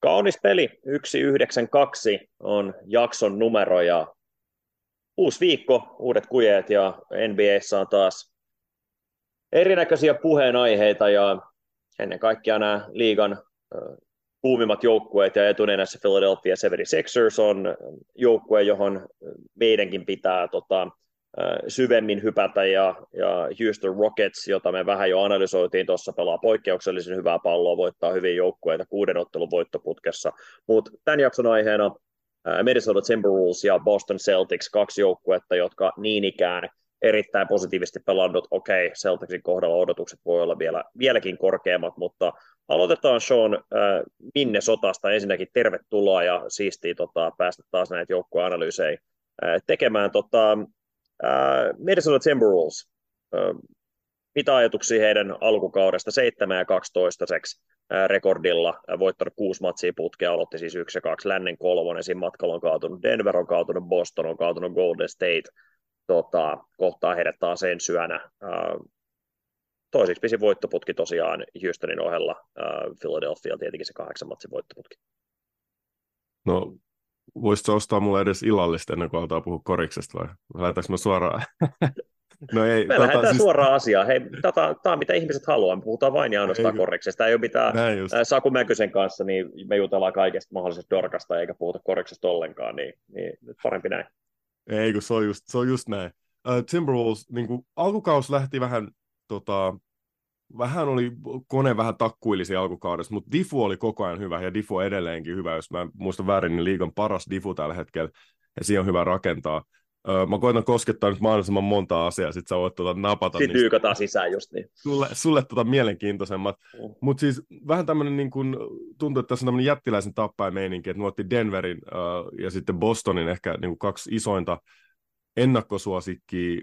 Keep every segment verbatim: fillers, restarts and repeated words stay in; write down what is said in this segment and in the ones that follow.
Kaunis peli, yksi yhdeksän kaksi on jakson numero ja uusi viikko, uudet kujeet ja N B A:ssa on taas erinäköisiä puheenaiheita ja ennen kaikkea nämä liigan äh, kuumimmat joukkueet ja etunenässä Philadelphia seitsemänkymmentäkuusi ers on joukkue, johon meidänkin pitää tota, äh, syvemmin hypätä ja, ja Houston Rockets, jota me vähän jo analysoitiin tuossa, pelaa poikkeuksellisen hyvää palloa, voittaa hyvin joukkueita kuuden ottelun voittoputkessa, mutta tämän jakson aiheena äh, Minnesota Timberwolves ja Boston Celtics, kaksi joukkuetta, jotka niin ikään erittäin positiivisesti pelannut. Okei, Celticsin kohdalla odotukset voi olla vielä, vieläkin korkeammat, mutta aloitetaan Sean äh, Minnesotasta. Ensinnäkin tervetuloa ja siistiä tota, päästä taas näitä joukkueanalyysejä äh, tekemään. Tota, äh, Minnesota Timberwolves, äh, mitä ajatuksia heidän alkukaudesta seitsemän ja kaksitoista seksi äh, rekordilla, äh, voittanut kuusi matsia putkea, aloitti siis yksi ja kaksi, lännen kolmonen, siinä matkalla on kaatunut Denver, on kaatunut Boston, on kaatunut Golden State, tota, kohtaa heidät taas sen syönä. Uh, toiseksi pisin voittoputki tosiaan Houstonin ohella, uh, Philadelphia tietenkin se kahdeksan matsin voittoputki. No, voisitko ostaa mulle edes illallista ennen kuin aletaan puhua koriksesta vai lähdetäänkö me suoraan? No ei, Me tota, lähdetään siis... suoraan asiaan. Hei, tämä on mitä ihmiset haluaa. Me puhutaan vain ja ainoastaan koriksesta. Ei ole mitään Saku Mäkysen kanssa, niin me jutellaan kaikesta mahdollisesta dorkasta eikä puhuta koriksesta ollenkaan, niin, niin nyt parempi näin. Ei, kun se on just, se on just näin. Uh, Timberwolves, niin kuin, alkukaus lähti vähän, tota, vähän oli kone vähän takkuilisi alkukaudessa, mutta Difu oli koko ajan hyvä, ja Difu on edelleenkin hyvä, jos mä muistan väärin, niin liigan paras Difu tällä hetkellä, ja siihen on hyvä rakentaa. Uh, mä koitan koskettaa nyt mahdollisimman monta asiaa, sit sä voit tota, napata. Sitten tyykataan sisään just niin. Sulle, sulle tota mielenkiintoisemmat. Mm. Mutta siis vähän tämmöinen, niin kun, tuntuu, että tässä on tämmöinen jättiläisen tappajameininki, että nuotti Denverin uh, ja sitten Bostonin ehkä niin kuin kaksi isointa ennakkosuosikkia.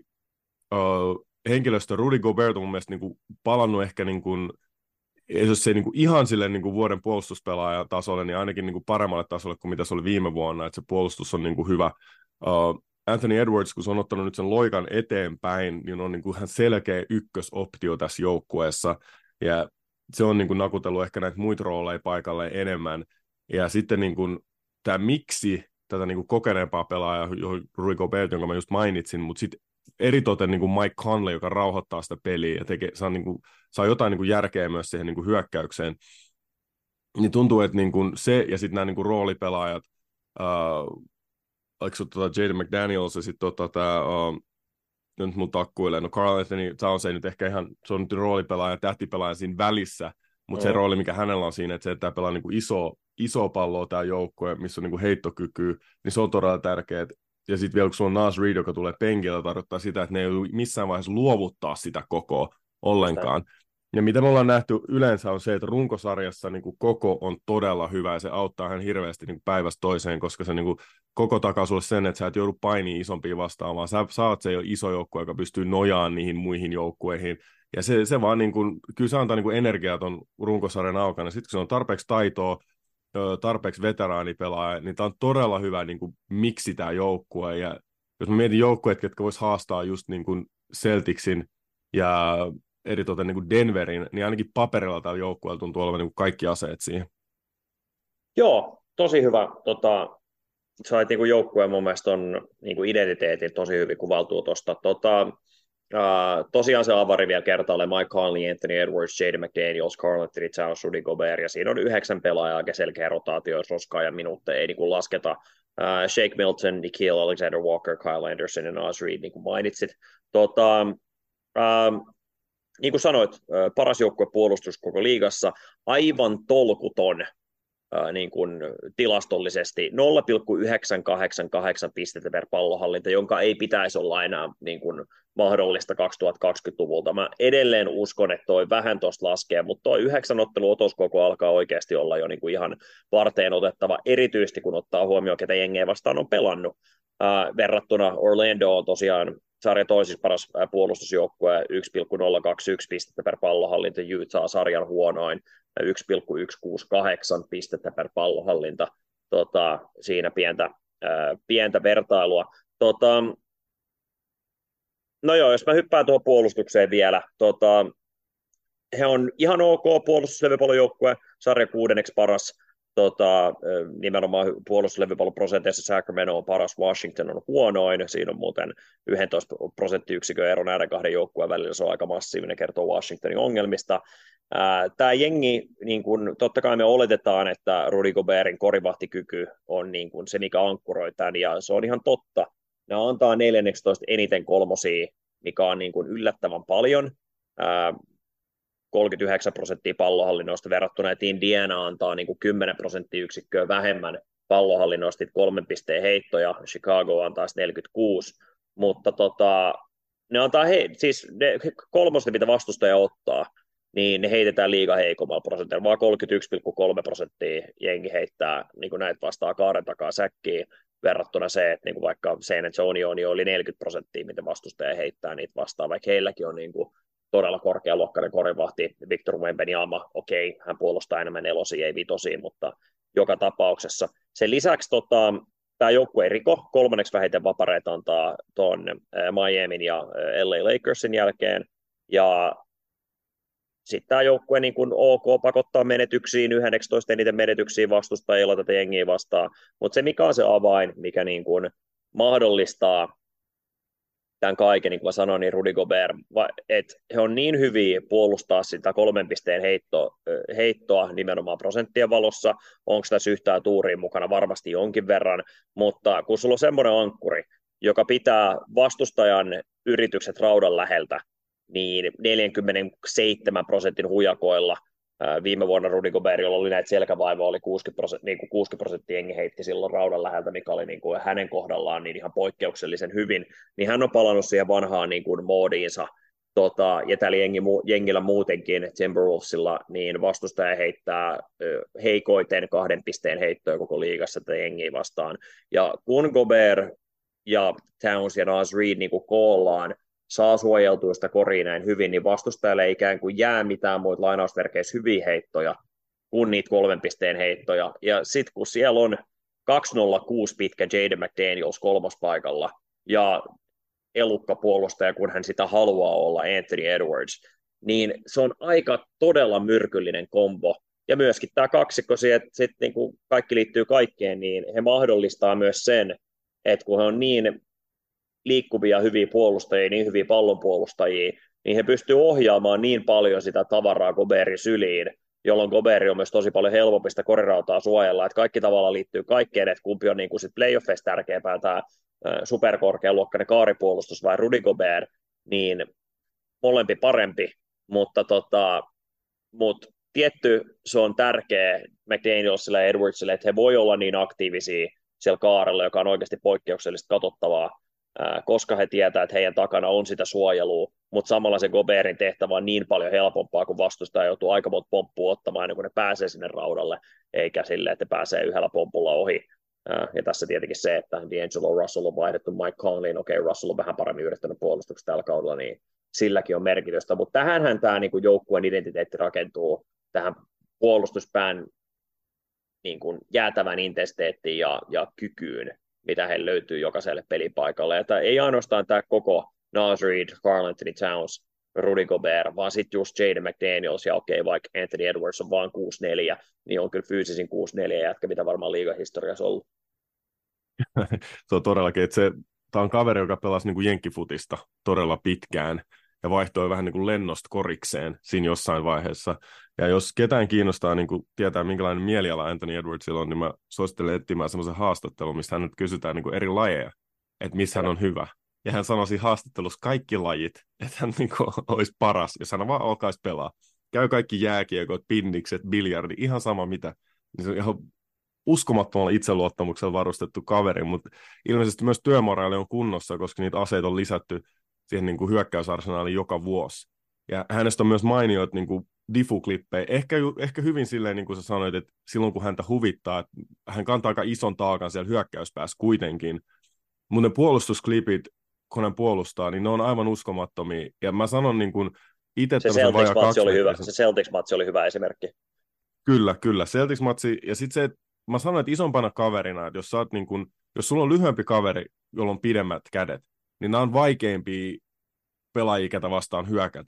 Uh, henkilöstö Rudy Gobert on mun mielestä niin kuin palannut ehkä, niin kuin, jos se ei niin kuin ihan sille niin kuin vuoden puolustuspelaajan tasolle, niin ainakin niin kuin paremmalle tasolle kuin mitä se oli viime vuonna, että se puolustus on niin kuin hyvä. Uh, Anthony Edwards, kun se on ottanut nyt sen loikan eteenpäin, niin on niin kuin ihan selkeä ykkösoptio tässä joukkueessa, ja se on niin kuin nakutellut ehkä näitä muita rooleja paikalle enemmän, ja sitten niin kuin tämä miksi tätä niin kuin kokeneempaa pelaajaa, johon Rudy Gobert, jonka mä just mainitsin, mutta sitten eritoten niin kuin Mike Conley, joka rauhoittaa sitä peliä ja tekee, saa, niin kuin, saa jotain niin kuin järkeä myös siihen niin kuin hyökkäykseen, niin tuntuu, että niin kuin se ja sitten nämä niin kuin roolipelaajat, uh, oliko se tuota Jaden McDaniels ja sitten tota, tämä, uh, nyt mun takkuilee, no Karl Anthony Towns ei nyt ehkä ihan, se on nyt roolipelaaja, tähtipelaaja siinä välissä, mutta mm. se rooli, mikä hänellä on siinä, että se, että tämä pelaa niin kuin iso, iso palloa tämä joukkue, missä on niin kuin heittokyky, niin se on todella tärkeää. Ja sitten vielä kun sulla on Naz Reid, joka tulee penkillä, tarkoittaa sitä, että ne ei missään vaiheessa luovuttaa sitä koko ollenkaan. Ja mitä me ollaan nähty yleensä on se, että runkosarjassa niin kuin koko on todella hyvä ja se auttaa hän hirveästi niin kuin päivästä toiseen, koska se niin kuin koko takaa sulle sen, että sä et joudu painiin isompia vastaan, vaan sä saat se iso joukkue, joka pystyy nojaamaan niihin muihin joukkueihin. Ja se, se vaan niin kuin, kyllä se antaa niin kuin energiaa ton runkosarjan aukana. Sitten kun se on tarpeeksi taitoa, tarpeeksi veteraanipelaaja, niin tämä on todella hyvä niin kuin, miksi tämä joukkue. Ja jos mä mietin joukkueet, jotka vois haastaa just niin kuin Celticsin ja eritoten niin kuin Denverin, niin ainakin paperilla tällä joukkueella tuntuu olevan niin kuin kaikki aseet siihen. Joo, tosi hyvä. Tota, sait niin kuin joukkueen mun mielestä on niin kuin identiteetin tosi hyvin kuvaltuu tuosta. Tota, uh, tosiaan se avari vielä kertaalleen Mike Conley, Anthony Edwards, Jaden McDaniels, Karl Anthony Towns, Rudy Gobert, ja siinä on yhdeksän pelaajaa aika selkeä rotaatio, jos roskaa ja minuutteja ei niin kuin lasketa. Uh, Shake Milton, Nickeil Alexander Walker, Kyle Anderson ja Naz Reid, niin kuin mainitsit. Tota, um, niin kuin sanoit, paras joukkuepuolustus koko liigassa, aivan tolkuton ää, niin kuin tilastollisesti nolla pilkku yhdeksänsataakahdeksankymmentäkahdeksan pistettä per pallohallinta, jonka ei pitäisi olla enää niin kuin mahdollista kaksituhattakaksikymmentäluvulta. Mä edelleen uskon, että toi vähän tuosta laskee, mutta toi yhdeksän ottelu otoskoko alkaa oikeasti olla jo niin kuin ihan varteen otettava, erityisesti kun ottaa huomioon, ketä jengejä vastaan on pelannut. Ää, verrattuna Orlando on tosiaan sarjan toisissa paras puolustusjoukkue, yksi pilkku nolla kaksikymmentäyksi pistettä per pallohallinta, Utah sarjan huonoin, yksi pilkku satakuusikymmentäkahdeksan pistettä per pallohallinta, tota, siinä pientä, ää, pientä vertailua. Tota, no joo, jos mä hyppään tuohon puolustukseen vielä, tota, he on ihan ok puolustuslevypallojoukkue, sarjan kuudenneksi paras, tota, nimenomaan puolustuslevipalloprosenteissa Sacramento on paras, Washington on huonoin, siinä on muuten yksitoista prosenttiyksikön ero näiden kahden joukkueen välillä, se on aika massiivinen, kertoo Washingtonin ongelmista. Tämä jengi, niin kun, totta kai me oletetaan, että Rudy Gobertin korivahtikyky on niin kun se, mikä ankkuroi tämän, ja se on ihan totta. Ne antaa neljänneksitoista eniten kolmosia, mikä on niin kun yllättävän paljon. Ää, kolmekymmentäyhdeksän prosenttia pallohallinnoista verrattuna, että Indiana antaa niin kuin kymmenen prosenttiyksikköä vähemmän pallohallinnoista kolmen pisteen heittoja, Chicago antaa neljäkymmentäkuusi, mutta tota, ne antaa he, siis ne kolmosta, mitä vastustaja ottaa, niin ne heitetään liiga heikommalla prosentilla, vaan kolmekymmentäyksi pilkku kolme prosenttia jengi heittää niin kuin näitä vastaa kaaren takaa säkkiin, verrattuna se, että niin kuin vaikka San Antonio oli neljäkymmentä prosenttia, mitä vastustaja heittää niitä vastaan, vaikka heilläkin on niin kuin todella korkealuokkainen korivahti, Victor Wembanyama, okei, okay, hän puolustaa enemmän nelosia, ei vitosia, mutta joka tapauksessa. Sen lisäksi tota, tämä joukkue ei riko, kolmanneksi vähiten vapareita antaa tuon Miamin ja L A Lakersin jälkeen, ja sitten tämä joukkue niin kuin ok pakottaa menetyksiin, yhdeksäntoista eniten menetyksiin vastustajilla tätä jengiä vastaan, mutta se mikä on se avain, mikä niin kuin mahdollistaa tämän kaiken, niin kuin mä sanoin, niin Rudy Gobert, että he on niin hyviä puolustaa sitä kolmen pisteen heitto, heittoa nimenomaan prosenttien valossa, onko tässä yhtään tuuriin mukana, varmasti jonkin verran, mutta kun sulla on semmoinen ankkuri, joka pitää vastustajan yritykset raudan läheltä, niin neljäkymmentäseitsemän prosentin hujakoilla, viime vuonna Rudy Gobert, jolla oli näitä selkävaivoja, oli kuusikymmentä prosenttia, niin kuin kuusikymmentä prosenttia jengi heitti silloin raudan läheltä, mikä oli niin kuin hänen kohdallaan niin ihan poikkeuksellisen hyvin, niin hän on palannut siihen vanhaan niin kuin moodiinsa, tota, ja tällä jengi, jengillä muutenkin, Timberwolvesilla, niin vastustaja heittää heikoiten kahden pisteen heittoja koko liigassa tätä jengiä vastaan, ja kun Gobert ja Towns ja Naz Reid niin kuin koollaan, saa suojeltua sitä koriin näin hyvin, niin vastustajalle ei ikään kuin jää mitään muita lainausverkeissä hyviä heittoja kuin niitä kolmen pisteen heittoja. Ja sitten kun siellä on kaksi nolla kuusi pitkä Jaden McDaniels kolmospaikalla ja elukkapuolustaja, kun hän sitä haluaa olla, Anthony Edwards, niin se on aika todella myrkyllinen kombo. Ja myöskin tämä kaksikko, että sit niin kuin kaikki liittyy kaikkeen, niin he mahdollistaa myös sen, että kun he on niin liikkuvia hyviä puolustajia, niin hyviä pallonpuolustajia, niin he pystyvät ohjaamaan niin paljon sitä tavaraa Gobertin syliin, jolloin Gobert on myös tosi paljon helpompi sitä korirautaa suojella, että kaikki tavalla liittyy kaikkeen, että kumpi on niin kuin sit playoffeissa tärkeämpää, tämä superkorkealuokkainen kaaripuolustus vai Rudy Gobert, niin molempi parempi, mutta tota, mut tietty se on tärkeä McDanielsille ja Edwardsille, että he voi olla niin aktiivisia siellä kaarella, joka on oikeasti poikkeuksellista katsottavaa, koska he tietää, että heidän takana on sitä suojelua, mutta samalla se Gobertin tehtävä on niin paljon helpompaa, kun vastustaja joutuu aika monta pomppua ottamaan ennen kuin ne pääsee sinne raudalle, eikä sille, että pääsee yhdellä pompulla ohi. Ja tässä tietenkin se, että D'Angelo Russell on vaihdettu Mike Conleyin, okei, okay, Russell on vähän paremmin yrittänyt puolustuksessa tällä kaudella, niin silläkin on merkitystä, mutta tähänhän tämä niin kuin joukkueen identiteetti rakentuu tähän puolustuspään niin kuin jäätävän intensiteettiin ja, ja kykyyn, mitä he löytyy jokaiselle pelipaikalle. Ja tämä ei ainoastaan tämä koko Naz Reid, Karl Anthony Towns, Rudy Gobert, vaan sitten just Jaden McDaniels, ja okei, okay, vaikka Anthony Edwards on vaan kuusi neljä, niin on kyllä fyysisin kuusi neljä jätkä, mitä varmaan liigahistoriassa ollut. Se on todellakin, että se, tämä on kaveri, joka pelasi niin kuin jenkkifutista todella pitkään, ja vaihtoi vähän niin kuin lennosta korikseen siinä jossain vaiheessa. Ja jos ketään kiinnostaa niin kuin tietää, minkälainen mieliala Anthony Edwardsilla on, niin mä suosittelen etsimään semmoisen haastattelun, missä hän nyt kysytään niin kuin eri lajeja, että missä hän on hyvä. Ja hän sanoi siinä haastattelussa kaikki lajit, että hän niin kuin olisi paras, jos hän vaan alkaisi pelaa. Käy kaikki jääkiekot, pinnikset, biljardi, ihan sama mitä. Niin se on ihan uskomattomalla itseluottamuksella varustettu kaveri, mutta ilmeisesti myös työmoraali on kunnossa, koska niitä aseita on lisätty siihen niin kuin hyökkäysarsenaaliin joka vuosi. Ja hänestä on myös mainioit niin kuin difu-klippejä. Ehkä, ehkä hyvin silleen, niin kuin sä sanoit, että silloin kun häntä huvittaa, että hän kantaa aika ison taakan siellä hyökkäyspäässä kuitenkin. Mutta ne puolustusklipit, kun hän puolustaa, niin ne on aivan uskomattomia. Ja mä sanon niin kuin itse se Celtics-matsi oli hyvä. Se Celtics-matsi oli hyvä esimerkki. Kyllä, kyllä. Celtics-matsi. Ja sitten se, että mä sanon, että isompana kaverina, että jos, sä oot niin kuin, jos sulla on lyhyempi kaveri, jolla on pidemmät kädet, niin nämä on vaikeimpia pelaajia, ketä vastaan hyökätä,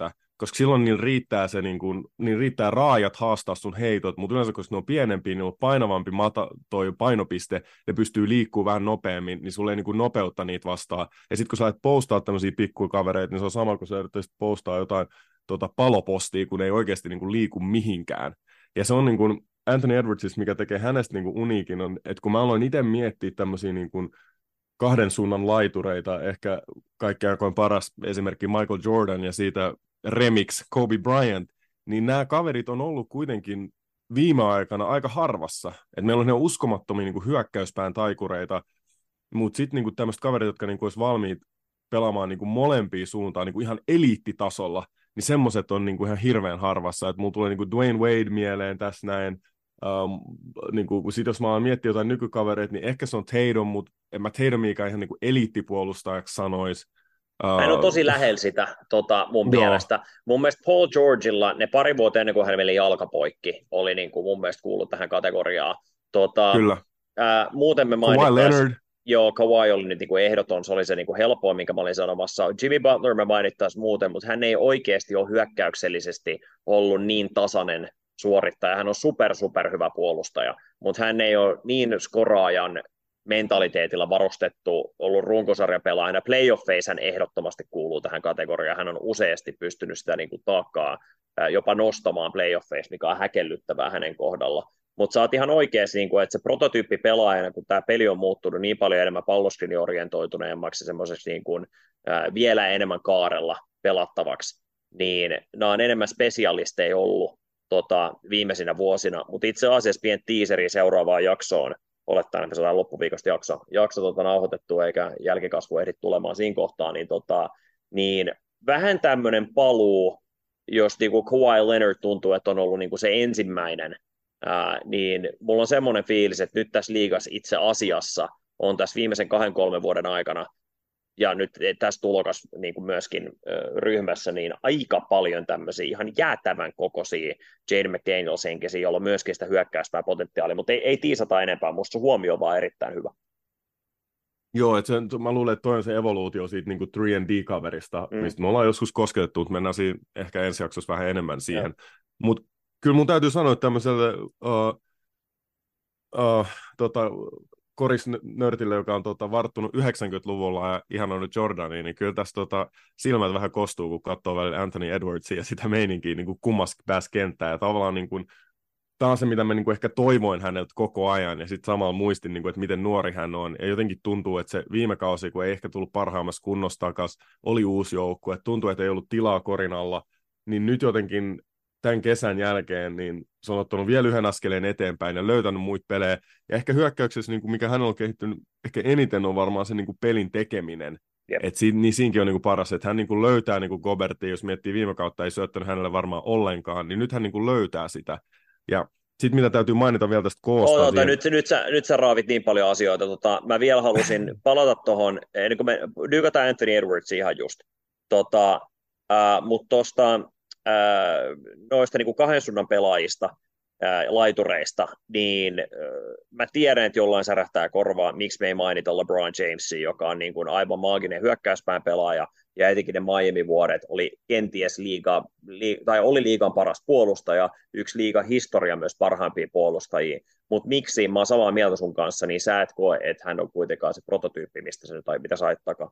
koska silloin niillä riittää, se, niin kuin, niillä riittää raajat haastaa sun heitot, mutta yleensä koska ne on pienempiä, niin on painavampi mata, toi painopiste, ne pystyy liikkuu vähän nopeammin, niin sulle ei niin kuin nopeutta niitä vastaan. Ja sitten kun sä et postaa tämmöisiä pikkukavereita, niin se on sama kuin sä yrittäisit postaa jotain tota, palopostia, kun ei oikeasti niin kuin liiku mihinkään. Ja se on niin kuin Anthony Edwardsista, mikä tekee hänestä niin kuin uniikin, on, että kun mä aloin itse miettiä tämmöisiä niin kuin kahden suunnan laitureita, ehkä kaikkein aikoin paras esimerkki Michael Jordan ja siitä remix Kobe Bryant, niin nämä kaverit on ollut kuitenkin viime aikana aika harvassa. Et meillä on ne uskomattomia niin kuin hyökkäyspään taikureita, mutta sitten niin tämmöiset kaverit, jotka niin kuin olisi valmiit pelaamaan niin kuin molempia suuntaan niin kuin ihan eliittitasolla, niin semmoiset on niin kuin ihan hirveän harvassa. Et mulla tulee niin kuin Dwayne Wade mieleen tässä näin. Um, niin kuin, sit jos mä oon miettinyt jotain nykykavereita, niin ehkä se on Tatum, mutta en mä Tatumia ihan niin kuin eliittipuolustajaksi sanoisi. Hän on tosi Uh, lähellä sitä tota, mun joo, mielestä. Mun mielestä Paul Georgeilla ne pari vuotta ennen kuin hän meni jalkapoikki oli niin kuin mun mielestä kuullut tähän kategoriaan. Tota, kyllä. ää, muuten me Kawhi mainittaisiin, Leonard. joo, Kawhi oli nyt niin kuin ehdoton, se oli se niin kuin helpoin, minkä mä olin sanomassa. Jimmy Butler me mainittaisiin muuten, mutta hän ei oikeasti ole hyökkäyksellisesti ollut niin tasainen suorittaja. Hän on super, super hyvä puolustaja, mutta hän ei ole niin skoraajan mentaliteetilla varustettu, ollut runkosarjapelaajana. Playoffeissa hän ehdottomasti kuuluu tähän kategoriaan. Hän on useasti pystynyt sitä niin kuin taakkaa jopa nostamaan playoffeissa, mikä on häkellyttävää hänen kohdalla. Mutta sä oot ihan oikeassa, niin että se prototyyppi pelaajana, kun tämä peli on muuttunut niin paljon enemmän palloskrini orientoituneemmaksi semmoiseksi niin kuin, ää, vielä enemmän kaarella pelattavaksi, niin nämä on enemmän spesialisteja ollut tota, viimeisinä vuosina. Mutta itse asiassa pieni tiiseri seuraavaan jaksoon, olettaen, että me saadaan loppuviikosta jakso, jakso tota, nauhoitettu, eikä jälkikasvu ehdi tulemaan siinä kohtaa, niin, tota, niin vähän tämmöinen paluu, jos niin kuin Kawhi Leonard tuntuu, että on ollut niin kuin se ensimmäinen, ää, niin mulla on semmoinen fiilis, että nyt tässä liigassa itse asiassa on tässä viimeisen kahden, kolmen vuoden aikana, ja nyt tässä tulokas niin kuin myöskin ö, ryhmässä, niin aika paljon tämmöisiä ihan jäätävän kokoisia Jaden McDaniels-henkisiä, jolla on myöskin sitä hyökkäyspää potentiaalia, mutta ei, ei tiisata enempää, musta se huomio on vaan erittäin hyvä. Joo, että sen, mä luulen, että toi on se evoluutio siitä niin kuin kolme and D-kaverista, mm. mistä me ollaan joskus kosketettu, mutta mennään siinä ehkä ensi jaksossa vähän enemmän siihen. Mutta kyllä mun täytyy sanoa, että tämmöiselle uh, uh, tota, korisnörtille, joka on tota, varttunut yhdeksänkymmentäluvulla ja ihan on nyt Jordaniin, niin kyllä tässä tota, silmät vähän kostuu, kun katsoo välillä Anthony Edwardsia ja sitä meininkiä niin kuin kummasti pääsi kenttään. Ja tavallaan niin kuin, tämä on se, mitä mä niin kuin ehkä toivoin häneltä koko ajan, ja sitten samalla muistin, niin kuin, että miten nuori hän on. Ja jotenkin tuntuu, että se viime kausi, kun ei ehkä tullut parhaimmassa kunnossa takaisin, oli uusi joukkue, että tuntuu, että ei ollut tilaa korin alla, niin nyt jotenkin tämän kesän jälkeen niin se on ottanut vielä yhden askeleen eteenpäin ja löytänyt muita pelejä. Ja ehkä hyökkäyksessä, niin kuin mikä hän on kehittynyt ehkä eniten, on varmaan se niin kuin pelin tekeminen. Yep. Et siinä, niin siinäkin on niin kuin paras, että hän niin kuin löytää niin kuin Gobertia, jos miettii viime kautta, ei syöttänyt hänelle varmaan ollenkaan, niin nyt hän niin kuin löytää sitä. Ja sitten mitä täytyy mainita vielä tästä koosta. Oota, siihen... nyt, nyt, sä, nyt sä raavit niin paljon asioita. Tota, mä vielä halusin palata tuohon, ennen kuin me dykataan Anthony Edwards ihan just. Tota, äh, mutta tuosta äh, noista niin kuin kahden suunnan pelaajista, äh, laitureista, niin äh, mä tiedän, että jollain särähtää korvaa, miksi me ei mainita LeBron Jamesia, joka on niin kuin aivan maaginen hyökkäyspään pelaaja, ja etenkin ne Miami-vuodet oli kenties liiga, li, tai oli liigan paras puolustaja, yksi liigan historia myös parhaimpia puolustajia, mutta miksi, mä oon samaa mieltä sun kanssa, niin sä et koe, että hän on kuitenkaan se prototyyppi, mistä se tai mitä sait takaa.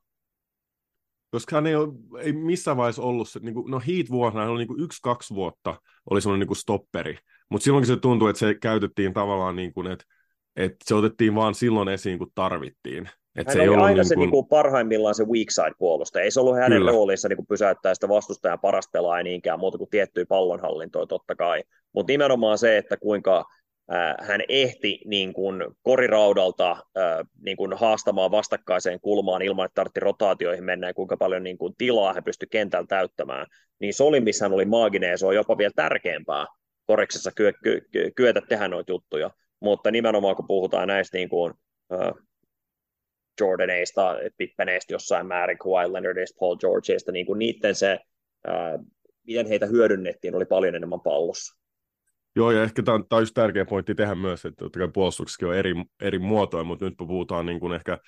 Koska hän ei, ole, ei missään vaiheessa ollut se, niin kuin, no Heat-vuosina hän oli niin kuin yksi, kaksi vuotta, oli semmoinen niin kuin stopperi, mutta silloinkin se tuntui, että se käytettiin tavallaan niin kuin, että, että se otettiin vaan silloin esiin, kun tarvittiin. Et hän se oli ei ollut aina niin se kuin... niinku parhaimmillaan se weak side puolustaja. Ei se ollut hänen Kyllä. roolissa niinku pysäyttää sitä vastustajan parasta pelaajaa niinkään muuta kuin tiettyä pallonhallintoa totta kai. Mutta nimenomaan se, että kuinka äh, hän ehti niin kuin koriraudalta äh, niin kuin haastamaan vastakkaiseen kulmaan ilman, että tarvitsi rotaatioihin mennä ja kuinka paljon niin kuin tilaa hän pystyi kentällä täyttämään. Niin se oli, missä hän oli maaginen ja se on jopa vielä tärkeämpää koriksessa ky- ky- ky- kyetä tehdä noita juttuja. Mutta nimenomaan kun puhutaan näistä niin kuin, äh, Jordaneista, Pippeneistä jossain määrin, Kawhi Leonardista, Paul Georgeista, niin kuin niiden se, ää, miten heitä hyödynnettiin, oli paljon enemmän pallossa. Joo, ja ehkä tämä on, tämä on just tärkeä pointti tehdä myös, että totta kai puolustuksessakin on eri, eri muotoja, mutta nyt puhutaan niin kuin ehkä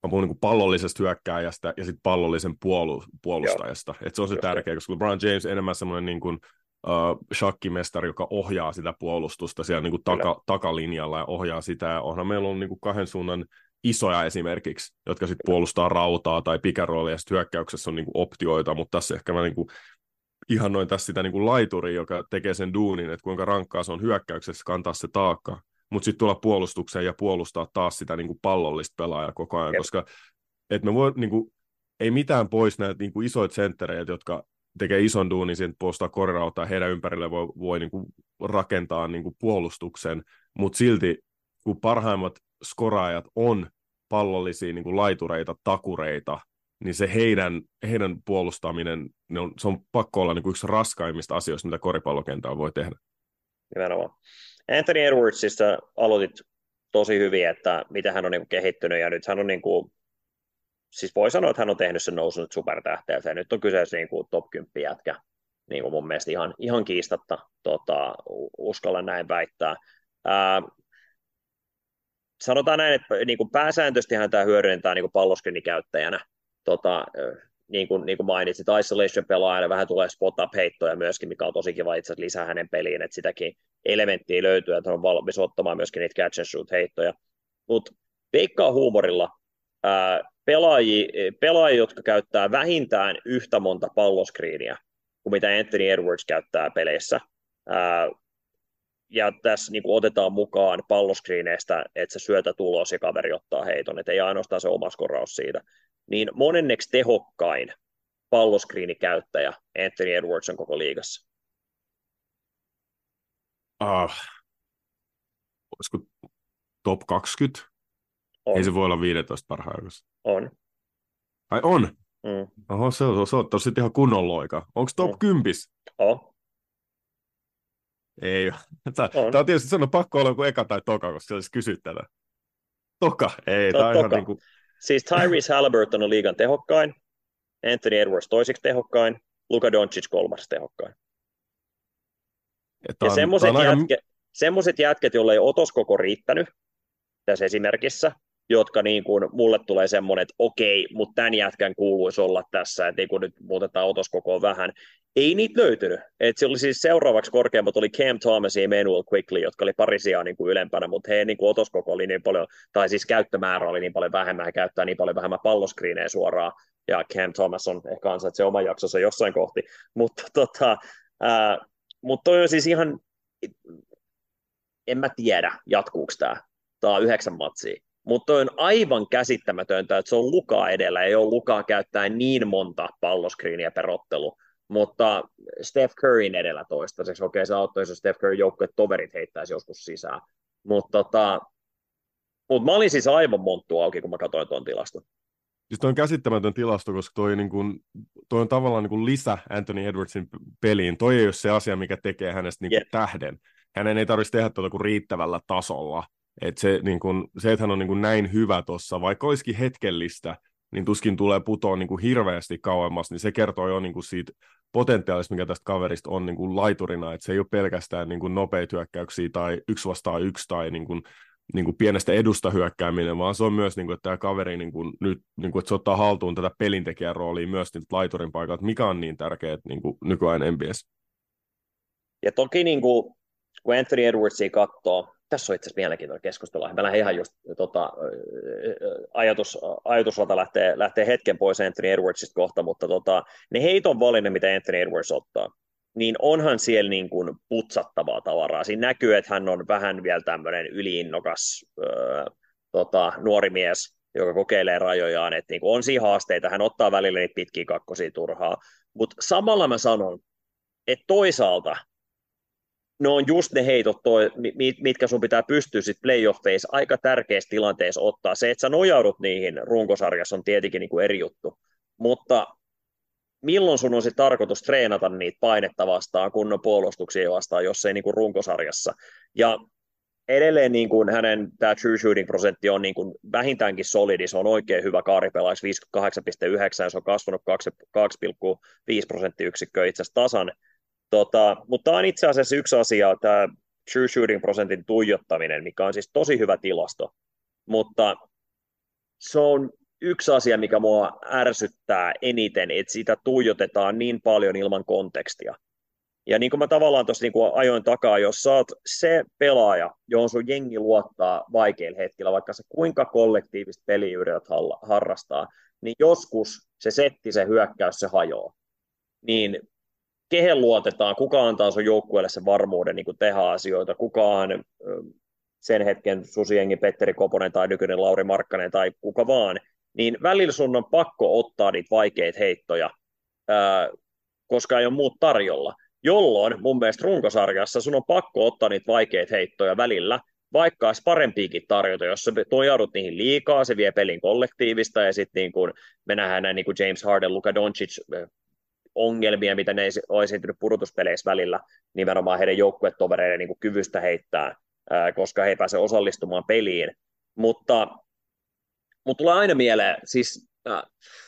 mä puhun niin pallollisesta hyökkääjästä ja sitten pallollisen puolu- Joo, puolustajasta. Et se on se just tärkeä, koska LeBron James enemmän semmoinen niin kuin, uh, shakkimestari, joka ohjaa sitä puolustusta siellä niin kuin kyllä. taka, takalinjalla ja ohjaa sitä. Ja onhan meillä on niin kuin kahden suunnan isoja esimerkiksi, jotka sitten puolustaa rautaa tai pikaroolia, ja sitten hyökkäyksessä on niin kuin optioita, mutta tässä ehkä mä niin kuin ihannoin tässä sitä niin kuin laituria, joka tekee sen duunin, että kuinka rankkaa se on hyökkäyksessä kantaa se taakka, mutta sitten tulla puolustukseen ja puolustaa taas sitä niin kuin pallollista pelaajaa koko ajan, Jep. koska et me voi, niin kuin, ei mitään pois näitä niin kuin isoit senttereitä, jotka tekee ison duunin, siitä puolustaa korirautaa, heidän ympärille voi, voi niin kuin rakentaa niin kuin puolustuksen, mutta silti kun parhaimmat skoraajat on pallollisia niin kuin laitureita, takureita, niin se heidän, heidän puolustaminen, ne on, se on pakko olla niin kuin yksi raskaimmista asioista, mitä koripallokentällä voi tehdä. Nimenomaan. Anthony Edwardsista aloitit tosi hyvin, että miten hän on niin kuin kehittynyt, ja nyt hän on, niin kuin, siis voi sanoa, että hän on tehnyt sen nousun nyt supertähteeltä, ja nyt on kyseessä niin kuin top kymmenen jätkä, niin kuin mun mielestä ihan, ihan kiistatta, tota, uskallan näin väittää. Ää, sanotaan näin, että niin kuin pääsääntöisesti hän tämä hyödyntää niin kuin palloskrinnikäyttäjänä, tota, niin kuin, niin kuin mainitsit, isolation-pelaajana vähän tulee spot-up-heittoja myöskin, mikä on tosi kiva itse asiassa lisää hänen peliin, että sitäkin elementtiä löytyy, että hän on valmis ottamaan myöskin niitä catch-and-shoot-heittoja. Mutta veikkaa huumorilla, ää, pelaajia, pelaajia, jotka käyttää vähintään yhtä monta palloskriiniä kuin mitä Anthony Edwards käyttää peleissä, ää, ja tässä niin kuin otetaan mukaan palloskriineistä, että se syötä tulos ja kaveri ottaa heiton, että ei ainoastaan se oma skoraus siitä, niin monenneksi tehokkain palloskriinikäyttäjä Anthony Edwards on koko liigassa. Ah, olisiko top kaksikymmentä? On. Ei se voi olla viisitoista parhaan. On. Ai on? Mm. Oho, se on, se on sitten ihan kunnon loika. Onko top Mm. kymmenen? On. Ei. Tämä On. on tietysti sanoa pakko olla kuin eka tai toka, koska se olisi kysyttävä. Toka? Ei, No, tämä on ihan niin kuin... Siis Tyrese Halliburton on liigan tehokkain, Anthony Edwards toisiksi tehokkain, Luka Doncic kolmas tehokkain. Ja on, semmoiset aika... jätke, semmoiset jätket, joille ei otos koko riittänyt tässä esimerkissä, jotka niin kuin, mulle tulee semmoinen, että okei, mutta tämän jätkän kuuluisi olla tässä, että niin kun nyt muutetaan otoskokoon vähän. Ei niitä löytynyt. Et se oli siis seuraavaksi korkeammat oli Cam Thomas ja Emmanuel Quickly, jotka oli pari sijaa niin kuin ylempänä, mutta heidän niin kuin otoskoko oli niin paljon, tai siis käyttömäärä oli niin paljon vähemmän, he käyttää niin paljon vähemmän palloskriinejä suoraan, ja Cam Thomas on ehkä ansaitsee oman jaksonsa jossain kohti, mutta tota, ää, mut toi on siis ihan, en mä tiedä, jatkuuko tämä, tämä on yhdeksän matsia. Mutta on aivan käsittämätöntä, että se on Lukaa edellä, ei ole Lukaa käyttää niin monta palloskriiniä per ottelu, mutta Steph Curryn edellä toistaiseksi. Okei, se auttaisi, jos Steph Curryn joukkueet toverit heittäisi joskus sisään. Mutta tota, mut mä olin siis aivan monttu auki, kun mä katsoin tuon tilaston. Siis toi on käsittämätön tilasto, koska toi, niin kun, toi on tavallaan niin kun lisä Anthony Edwardsin peliin. Toi ei ole se asia, mikä tekee hänestä niin kun Yeah. tähden. Hänen ei tarvitsisi tehdä tuota kuin riittävällä tasolla. Et se, niin kun, se, että hän on niin kun näin hyvä tuossa, vaikka olisikin hetkellistä, niin tuskin tulee putoa niin kun hirveästi kauemmas, niin se kertoo jo niin kun siitä potentiaalista, mikä tästä kaverista on niin kun laiturina, että se ei ole pelkästään niin kun nopeita hyökkäyksiä tai yksi vastaan yksi tai niin kun, niin kuin pienestä edusta hyökkääminen, vaan se on myös, niin kuin, että tämä kaveri niin kuin, nyt, niin kuin, että se ottaa haltuun tätä pelintekijän roolia myös nyt laiturin paikalta, mikä on niin tärkeää niin kuin nykyajan N B A. Ja toki niin kuin, kun Anthony Edwardsia katsoo, tässä on itse asiassa mielenkiintoinen keskustelu. Mä lähden ihan just, tota, ajatus, ajatusrata lähtee, lähtee hetken pois Anthony Edwardsista kohta, mutta tota, ne heiton valinnat, mitä Anthony Edwards ottaa, niin onhan siellä niin kuin putsattavaa tavaraa. Siinä näkyy, että hän on vähän vielä tämmöinen yliinnokas öö, tota, nuori mies, joka kokeilee rajojaan, että niin kuin on siinä haasteita, hän ottaa välillä niitä pitkiä kakkosia turhaa, mutta samalla mä sanon, että toisaalta ne on just ne heitot, toi, mitkä sun pitää pystyä sitten playoffeissa aika tärkeissä tilanteissa ottaa. Se, että sä nojaudut niihin runkosarjassa on tietenkin niin kuin eri juttu, mutta milloin sun on se tarkoitus treenata niitä painetta vastaan, kunnon puolustuksia vastaan, jos ei niin kuin runkosarjassa. Ja edelleen niin kuin hänen tämä true shooting prosentti on niin kuin vähintäänkin solidi, se on oikein hyvä kaaripelaajaksi viisikymmentäkahdeksan pilkku yhdeksän, se on kasvanut kaksi pilkku viisi prosenttiyksikköä itse asiassa tasan. Tota, mutta tämä on itse asiassa yksi asia, tämä true shooting prosentin tuijottaminen, mikä on siis tosi hyvä tilasto, mutta se on yksi asia, mikä mua ärsyttää eniten, että sitä tuijotetaan niin paljon ilman kontekstia. Ja niin kuin mä tavallaan tuossa niin ajoin takaa, jos sä oot se pelaaja, johon sun jengi luottaa vaikeilla hetkillä, vaikka se kuinka kollektiivista peliä yrität harrastaa, niin joskus se setti, se hyökkäys, se hajoaa. Niin kehen luotetaan, kuka antaa sun joukkueelle sen varmuuden niin tehdä asioita, kukaan sen hetken susiengi Petteri Koponen tai nykyinen Lauri Markkanen tai kuka vaan, niin välillä sun on pakko ottaa niitä vaikeita heittoja, ää, koska ei ole muut tarjolla. Jolloin mun mielestä runkosarjassa sun on pakko ottaa niitä vaikeita heittoja välillä, vaikka olisi parempiakin tarjota, jos sä tojaudut niihin liikaa, se vie pelin kollektiivista, ja sitten niin kun me nähdään näin niin kuin James Harden, Luka Doncic ongelmia, mitä ne on esiintynyt pudotuspeleissä välillä, nimenomaan heidän joukkuetovereiden niin kuin kyvystä heittää, koska he ei pääse osallistumaan peliin. Mutta, mutta tulee aina mieleen, siis äh,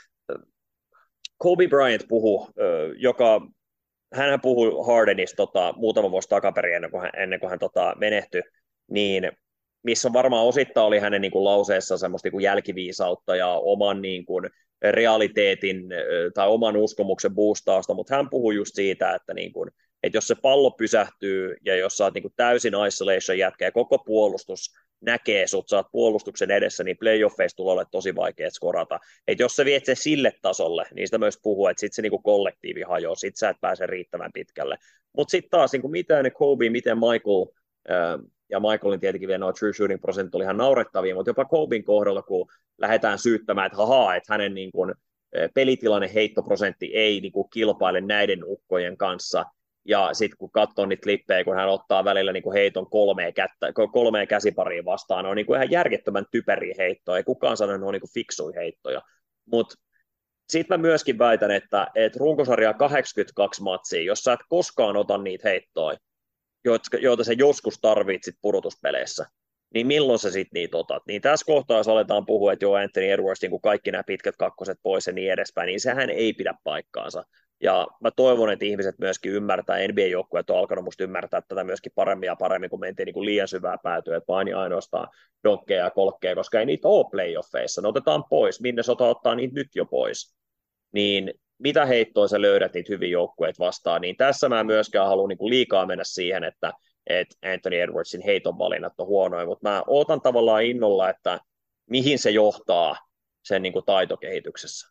Kobe Bryant puhui, äh, joka, hänhän puhui Hardenista tota, muutama vuosi takaperin ennen kuin hän, ennen kuin hän tota, menehtyi, niin missä varmaan osittain oli hänen niin kuin, lauseessa semmoista niin kuin jälkiviisautta ja oman niin kuin, realiteetin tai oman uskomuksen boostausta, mutta hän puhui just siitä, että, niin kuin, että jos se pallo pysähtyy ja jos sä oot niin kuin täysin isolation jätkä ja koko puolustus näkee sut, sä oot puolustuksen edessä, niin playoffeissa tulee olla tosi vaikea skorata. Että jos sä viet sen sille tasolle, niin sitä myös puhuu, että sit se niin kuin kollektiivi hajoaa, sit sä et pääse riittävän pitkälle. Mutta sitten taas, niin kuin miten Kobe, miten Michael, ja Michaelin tietenkin vielä nuo true shooting prosentit oli ihan naurettavia, mutta jopa Koben kohdalla, kun lähdetään syyttämään, että hahaa, että hänen niin kuin, pelitilanne heittoprosentti ei niin kuin, kilpaile näiden ukkojen kanssa, ja sitten kun katsoo niitä klippejä, kun hän ottaa välillä niin kuin heiton kolmea, kättä, kolmea käsipariin vastaan, ne on niin kuin ihan järjettömän typeriä heittoja, ei kukaan sano, että ne on niin kuin fiksuja heittoja, mutta sitten mä myöskin väitän, että, että runkosarja kahdeksankymmentäkaksi matsia, jos sä et koskaan ota niitä heittoja, joita sä joskus tarvitsit pudotuspeleissä, niin milloin sä sitten niitä otat? Niin tässä kohtaa, jos aletaan puhua, että joo, Anthony Edwards, niin kun kaikki nämä pitkät kakkoset pois ja niin edespäin, niin sehän ei pidä paikkaansa. Ja mä toivon, että ihmiset myöskin ymmärtää, N B A-joukkueet on alkanut musta ymmärtää tätä myöskin paremmin ja paremmin, kun mentiin niin kuin liian syvää päätyä, että vain ja ainoastaan donkkeja ja kolkkeja, koska ei niitä ole playoffeissa, ne otetaan pois, minne sota ottaa niitä nyt jo pois. Niin mitä heittoa sä löydät niitä hyviä joukkueita vastaan, niin tässä mä myöskään haluan niin kuin liikaa mennä siihen, että, että Anthony Edwardsin heiton valinnat on huonoja, mutta mä ootan tavallaan innolla, että mihin se johtaa sen niin kuin taitokehityksessä.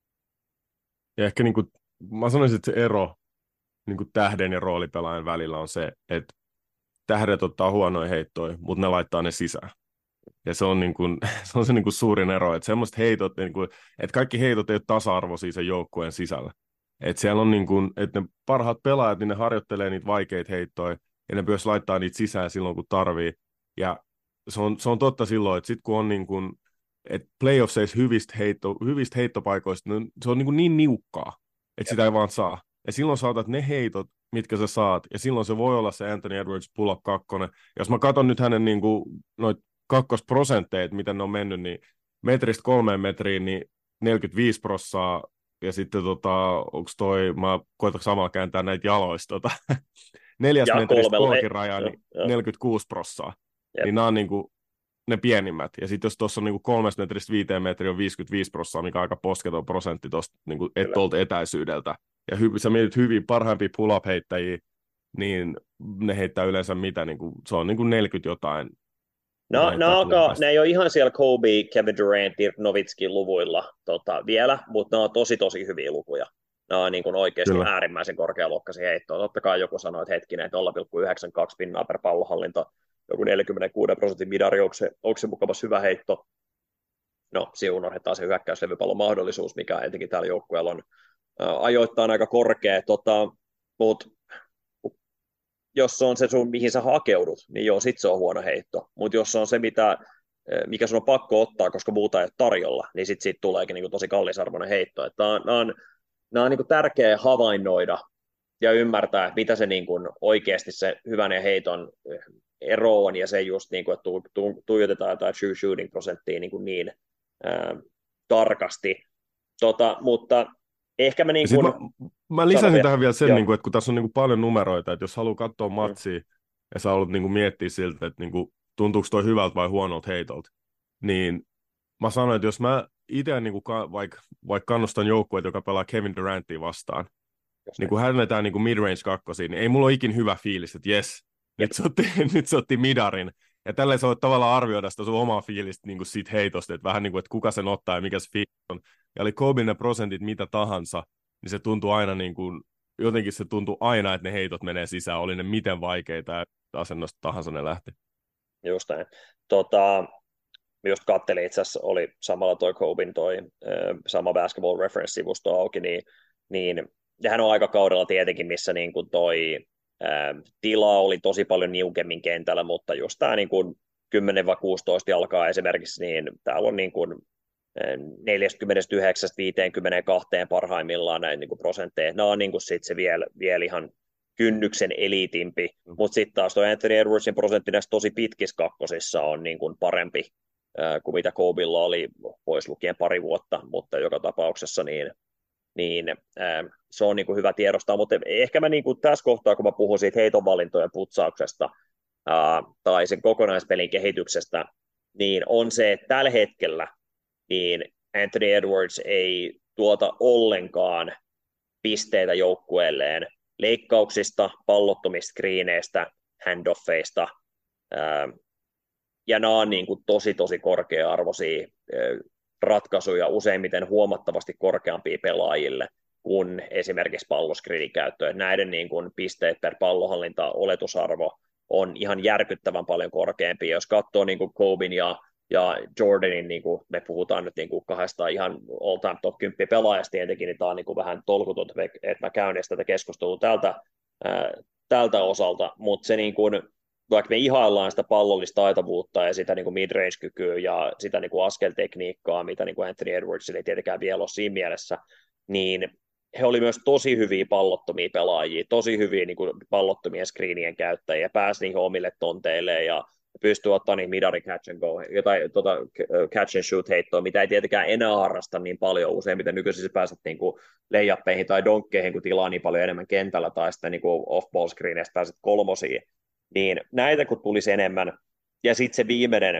Ja ehkä niin kuin, mä sanoisin, että se ero niin kuin tähden ja roolipelaajan välillä on se, että tähdet ottaa huonoja heittoja, mutta ne laittaa ne sisään. Ja se on, niin kuin, se, on se niin kuin suurin ero, että semmoiset heitot, niin kuin, että kaikki heitot ei ole tasa-arvoisia sen joukkueen sisällä. Että siellä on niin kuin, että ne parhaat pelaajat, niin ne harjoittelee niitä vaikeita heittoja, ja ne myös laittaa niitä sisään silloin, kun tarvii. Ja se on, se on totta silloin, että sitten kun on niin kuin, että playoffseissa hyvistä, heitto, hyvistä heittopaikoista, niin se on niin, kuin niin niukkaa, että sitä ei vaan saa. Ja silloin saatat ne heitot, mitkä sä saat, ja silloin se voi olla se Anthony Edwards pull-up kakkonen. Jos mä katson nyt hänen niin kuin, noit kakkosprosentteet, miten ne on mennyt, niin metristä kolmeen metriin, niin neljäkymmentäviisi prossaa, ja sitten tota, onko toi, mä koitan samalla kääntää näitä jaloista, tota, neljäs ja metristä kolkin rajaa, niin neljäkymmentäkuusi prossaa. Jep. Niin nämä on niin kuin ne pienimmät. Ja sitten jos tuossa on niin kolmesta metristä viiteen metriä on viisikymmentäviisi prossaa, mikä on aika posketon prosentti tuosta niin et, tuolta etäisyydeltä. Ja hy, sä mietit hyvin parhaimpia pull-up-heittäjiä, niin ne heittää yleensä mitä, niin kuin, se on niin kuin neljäkymmentä jotain. No, ne, alkaa, ne ei ole ihan siellä Kobe, Kevin Durant, Dirk Novitskin luvuilla tota, vielä, mutta ne on tosi tosi hyviä lukuja. Ne on niin kuin oikeasti Kyllä. äärimmäisen korkealuokkaisia heittoja. Totta kai joku sanoi, että hetkinen, että nolla pilkku yhdeksänkymmentäkaksi pinnaa per pallohallinta, joku neljäkymmentäkuusi prosentin midari, onko se, onko se mukavasti hyvä heitto? No, siinä unohdetaan se hyökkäyslevypallon mahdollisuus, mikä etenkin täällä joukkueella on ää, ajoittain aika korkea, tota, mutta jos se on se sun, mihin sä hakeudut, niin joo, sit se on huono heitto. Mutta jos se on se, mitä, mikä sun on pakko ottaa, koska muuta ei ole tarjolla, niin sit siitä tuleekin niinku tosi kallisarvoinen heitto. Nämä on, on, on niinku tärkeä havainnoida ja ymmärtää, että mitä se niinku oikeasti se hyvän ja heiton ero on, ja se just, niinku, että tu, tu, tuijotetaan jotain true shooting prosenttia niinku niin ää, tarkasti. Tota, mutta ehkä mä niin kuin... Mä, mä lisäsin tähän vielä sen, niin kuin, että kun tässä on niin kuin paljon numeroita, että jos haluaa katsoa matsia mm. ja sä haluat niin kuin miettiä siltä, että niin kuin, tuntuuko toi hyvältä vai huonolta heitolta, niin mä sanoin, että jos mä itse niin kuin, vaikka vaik kannustan joukkueet, joka pelaa Kevin Durantia vastaan, niin kun hän vetää niin midrange kakkosiin, niin ei mulla ole ikin hyvä fiilis, että jes, nyt se, otti, nyt se otti midarin. Ja tälleen sä voit tavallaan arvioida sitä sun omaa fiilistä niin kuin siitä heitosta, että vähän niin kuin, että kuka sen ottaa ja mikä se fiilis on. Ja oli Koben ne prosentit mitä tahansa, niin se tuntuu aina niin kuin, jotenkin se tuntuu aina, että ne heitot menee sisään, oli ne miten vaikeita ja asennosta tahansa ne lähti. Just näin. Tota, just kattelin itse asiassa, oli samalla toi Koben toi äh, sama Basketball Reference-sivusto auki, niin, niin ja hän on aikakaudella tietenkin, missä niin kuin toi ää, tila oli tosi paljon niukemmin kentällä, mutta just tämä niin kuin kymmenen kuusitoista alkaa esimerkiksi, niin täällä on niin kuin neljäkymmentäyhdeksän viisikymmentäkaksi parhaimmillaan näin niin kuin prosentteja. Nämä on niin kuin sit se vielä, vielä ihan kynnyksen eliitimpi, mm. mutta sitten taas tuo Anthony Edwardsin prosentti näissä tosi pitkissä kakkosissa on niin kuin parempi ää, kuin mitä Kobella oli, pois lukien pari vuotta, mutta joka tapauksessa niin niin äh, se on niin kuin hyvä tiedostaa, mutta ehkä mä niin kuin tässä kohtaa, kun mä puhun siitä heitonvalintojen putsauksesta äh, tai sen kokonaispelin kehityksestä, niin on se, että tällä hetkellä niin Anthony Edwards ei tuota ollenkaan pisteitä joukkueelleen leikkauksista, pallottomista screeneistä, handoffeista, äh, ja nämä on niin kuin tosi, tosi korkea-arvoisia äh, ratkaisuja useimmiten huomattavasti korkeampia pelaajille kuin esimerkiksi palloskridin käyttö. Näiden niin kuin pisteet per pallohallinta oletusarvo on ihan järkyttävän paljon korkeampi. Jos katsoo niin kuin Koben ja, ja Jordanin, niin kuin me puhutaan nyt niin kuin kahdesta ihan all-time top kymmenen pelaajasta tietenkin, niin tämä on niin kuin vähän tolkutonta, että mä käyn tätä keskustelua tältä, ää, tältä osalta, mutta se niin kuin vaikka me ihaillaan sitä pallollista taitavuutta ja sitä niin kuin midrange-kykyä ja sitä niin kuin askeltekniikkaa, mitä niin kuin Anthony Edwardsilla ei tietenkään vielä ole siinä mielessä, niin he oli myös tosi hyviä pallottomia pelaajia, tosi hyviä niin kuin pallottomien screenien käyttäjiä, pääsi niihin omille tonteille ja pystyy ottaa niin midari catch and go, jotain tota, catch and shoot heittoa, mitä ei tietenkään enää harrasta niin paljon, useimmiten nykyisin pääset niin kuin layuppeihin tai donkkeihin, kun tilaa niin paljon enemmän kentällä, tai sitten niin kuin off-ball screeneistä pääset kolmosiin, niin näitä kun tulisi enemmän, ja sitten se viimeinen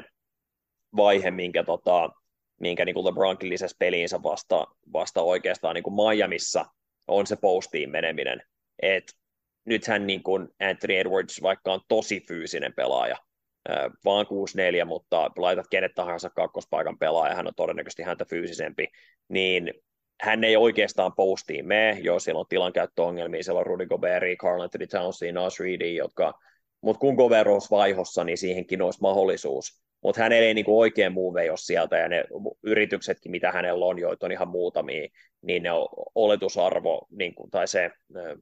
vaihe, minkä, tota, minkä niin kuin LeBronkin lisäsi peliinsä vasta, vasta oikeastaan niin kuin Miamissa, on se postiin meneminen. Et nythän niin kuin Anthony Edwards, vaikka on tosi fyysinen pelaaja, vaan kuusi neljä, mutta laitat kenet tahansa kakkospaikan pelaaja, hän on todennäköisesti häntä fyysisempi, niin hän ei oikeastaan postiin mene, jos siellä on tilankäyttöongelmia, siellä on Rudy Gobert, Karl Anthony Townsia, Naz Reid, jotka mutta kun Gobert olisi vaihossa, niin siihenkin olisi mahdollisuus. Mutta hänellä ei niinku oikein move ole sieltä, ja ne yrityksetkin, mitä hänellä on, joita on ihan muutamia, niin ne on oletusarvo, niinku, tai se ne,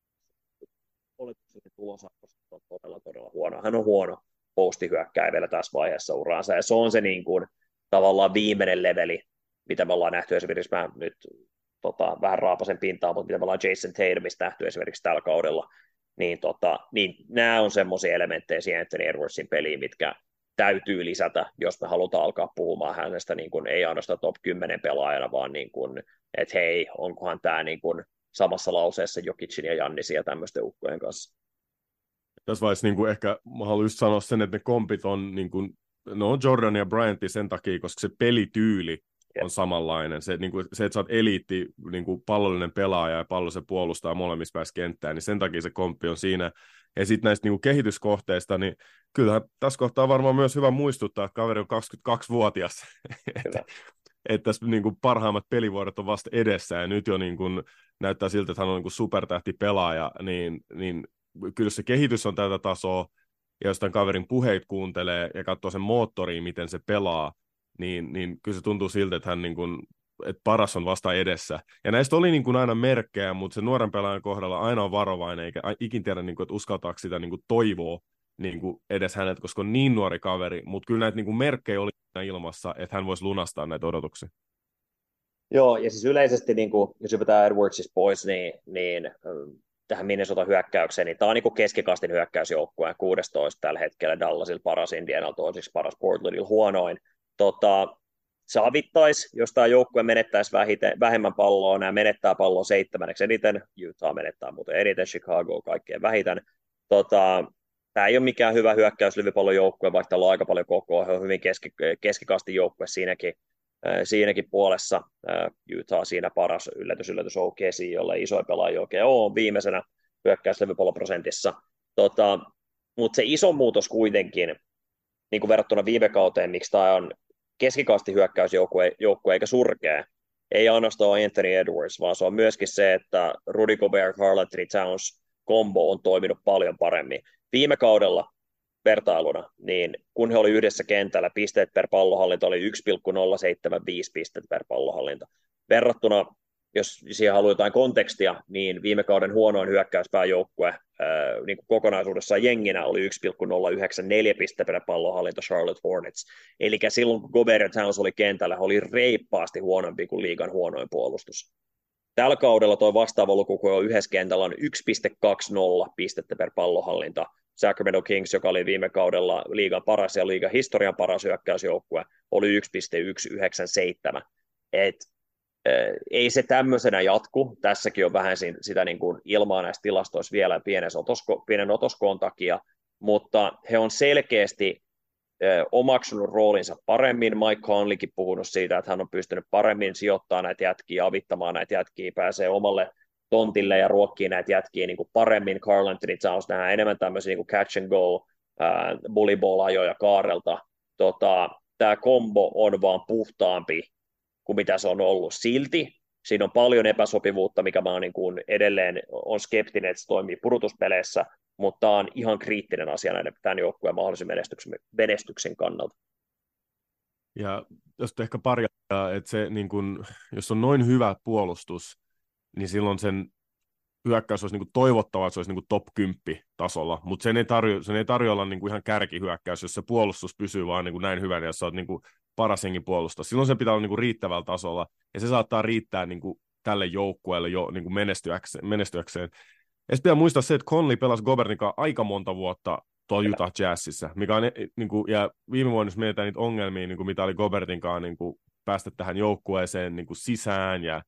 oletukset ja tulosarvo on todella, todella huono. Hän on huono postihyökkääjä vielä tässä vaiheessa uraansa, ja se on se niinku, tavallaan viimeinen leveli, mitä me ollaan nähty esimerkiksi, mä nyt tota, vähän raapasen pintaa, mutta mitä me ollaan Jason Tatumista nähty esimerkiksi tällä kaudella, niin, tota, niin nämä on semmoisia elementtejä siihen Anthony Edwardsin peliin, mitkä täytyy lisätä, jos me halutaan alkaa puhumaan hänestä niin kuin, ei ainoastaan top kymmenen pelaajana, vaan niin kuin, että hei, onkohan tämä niin kuin, samassa lauseessa Jokicin ja Jannisin ja tämmöisten ukkojen kanssa. Tässä vaiheessa niin kuin ehkä mä haluan just sanoa sen, että ne kompit on, niin kuin, no Jordan ja Bryant sen takia, koska se pelityyli on samanlainen. Se, niin kuin, se että sä oot eliitti, niin kuin pallollinen pelaaja ja pallo se puolustaa molemmissa päässä kenttään, niin sen takia se komppi on siinä. Ja sitten näistä niin kuin kehityskohteista, niin kyllähän tässä kohtaa varmaan myös hyvä muistuttaa, että kaveri on kaksikymmentäkaksivuotias. että, että tässä niin kuin parhaimmat pelivuodet on vasta edessä, ja nyt jo niin kuin, näyttää siltä, että hän on niin kuin supertähti pelaaja, niin, niin kyllä se kehitys on tätä tasoa, ja jos tämän kaverin puheit kuuntelee ja katsoo sen moottoriin, miten se pelaa, niin, niin kyllä se tuntuu siltä, että hän niin kuin, että paras on vasta edessä. Ja näistä oli niin kuin aina merkkejä, mutta se nuoren pelaajan kohdalla aina on varovainen, eikä ikin tiedä, niin kuin, että uskaltaako sitä niin kuin toivoa niin kuin edes hänet, koska on niin nuori kaveri, mutta kyllä näitä niin kuin merkkejä oli ilmassa, että hän voisi lunastaa näitä odotuksia. Joo, ja siis yleisesti, niin kuin, jos hypätään Edwardsista pois, niin, niin tähän Minnesota-hyökkäykseen, niin tämä on niin kuin keskikastin hyökkäysjoukkue, kuusitoista tällä hetkellä, Dallasilla paras, Indianalla toiseksi paras, Portlandilla huonoin. Tota, se avittaisi, jos tämä joukkue menettäisi vähiten, vähemmän palloa, nämä menettää palloa seitsemänneksi eniten, Utah menettää muuten eniten, Chicago kaikkein vähiten. Tota, tämä ei ole mikään hyvä hyökkäysliivipallon joukkue, vaikka täällä on aika paljon kokoa, he on hyvin keski, keskikastin joukkue siinäkin. siinäkin puolessa Utah siinä paras, yllätys, yllätys O K C, jolle isoja pelaajia oikein on viimeisenä hyökkäyslevypalloprosentissa. Tota, mutta se iso muutos kuitenkin, niin kuin verrattuna viime kauteen, miksi tämä on keskikasti hyökkäysjoukkue joukkue, eikä surkea, ei ainoastaan Anthony Edwards, vaan se on myöskin se, että Rudy Gobert, Karl-Anthony Towns kombo on toiminut paljon paremmin. Viime kaudella vertailuna, niin kun he oli yhdessä kentällä, pisteet per pallohallinta oli yksi pilkku nolla seitsemänkymmentäviisi pistettä per pallohallinta. Verrattuna, jos siihen haluaa jotain kontekstia, niin viime kauden huonoin hyökkäyspääjoukkue ää, niin kuin kokonaisuudessaan jenginä oli yksi pilkku nolla yhdeksänkymmentäneljä pistettä per pallohallinta Charlotte Hornets. Eli silloin kun Gobert ja Towns oli kentällä, he oli reippaasti huonompi kuin liigan huonoin puolustus. Tällä kaudella tuo vastaava luku, kun on yhdessä kentällä, on yksi pilkku kaksikymmentä pistettä per pallohallinta. Sacramento Kings, joka oli viime kaudella liigan paras ja liigan historian paras hyökkäysjoukkue, oli yksi pilkku yksi yhdeksänkymmentäseitsemän. Et, äh, ei se tämmöisenä jatku. Tässäkin on vähän sitä niin kuin ilmaa näissä tilastoissa vielä pienen, otosko, pienen otoskoon takia, mutta he on selkeästi äh, omaksunut roolinsa paremmin. Mike Conleykin puhunut siitä, että hän on pystynyt paremmin sijoittamaan näitä jätkiä, avittamaan näitä jätkiä, pääsee omalle tontille ja ruokkii näitä jätkiä niin kuin paremmin. Karl-Anthony Towns nähdään enemmän tämmöisiä niin kuin catch and go, äh, bully ball ajoja kaarelta. Tota, tämä kombo on vaan puhtaampi kuin mitä se on ollut. Silti siinä on paljon epäsopivuutta, mikä mä oon niin kuin edelleen on skeptinen, että se toimii pudotuspeleissä, mutta tämä on ihan kriittinen asia näiden tämän joukkueen mahdollisen menestyksen, menestyksen kannalta. Ja jos ehkä pari, että se, niin kun, jos on noin hyvä puolustus, niin silloin sen hyökkäys olisi niin kuin toivottavaa, että se olisi niin kuin top kymmenen tasolla, mutta sen ei tarjo, sen ei tarjo olla niin kuin ihan kärkihyökkäys, jos se puolustus pysyy vaan niin kuin näin hyvän, ja sä oot niin kuin paras hengi puolustaa. Silloin se pitää olla niin kuin riittävällä tasolla, ja se saattaa riittää niin kuin tälle joukkueelle jo niin kuin menestyäkseen. menestyäkseen. Ja pitää muistaa se, että Conley pelasi Gobertin kanssa aika monta vuotta tuolla Utah Jazzissa, mikä on, niin kuin, ja viime vuonna, jos mietitään niitä ongelmia, niin kuin mitä oli Gobertin kanssa niin kuin päästä tähän joukkueeseen niin kuin sisään, ja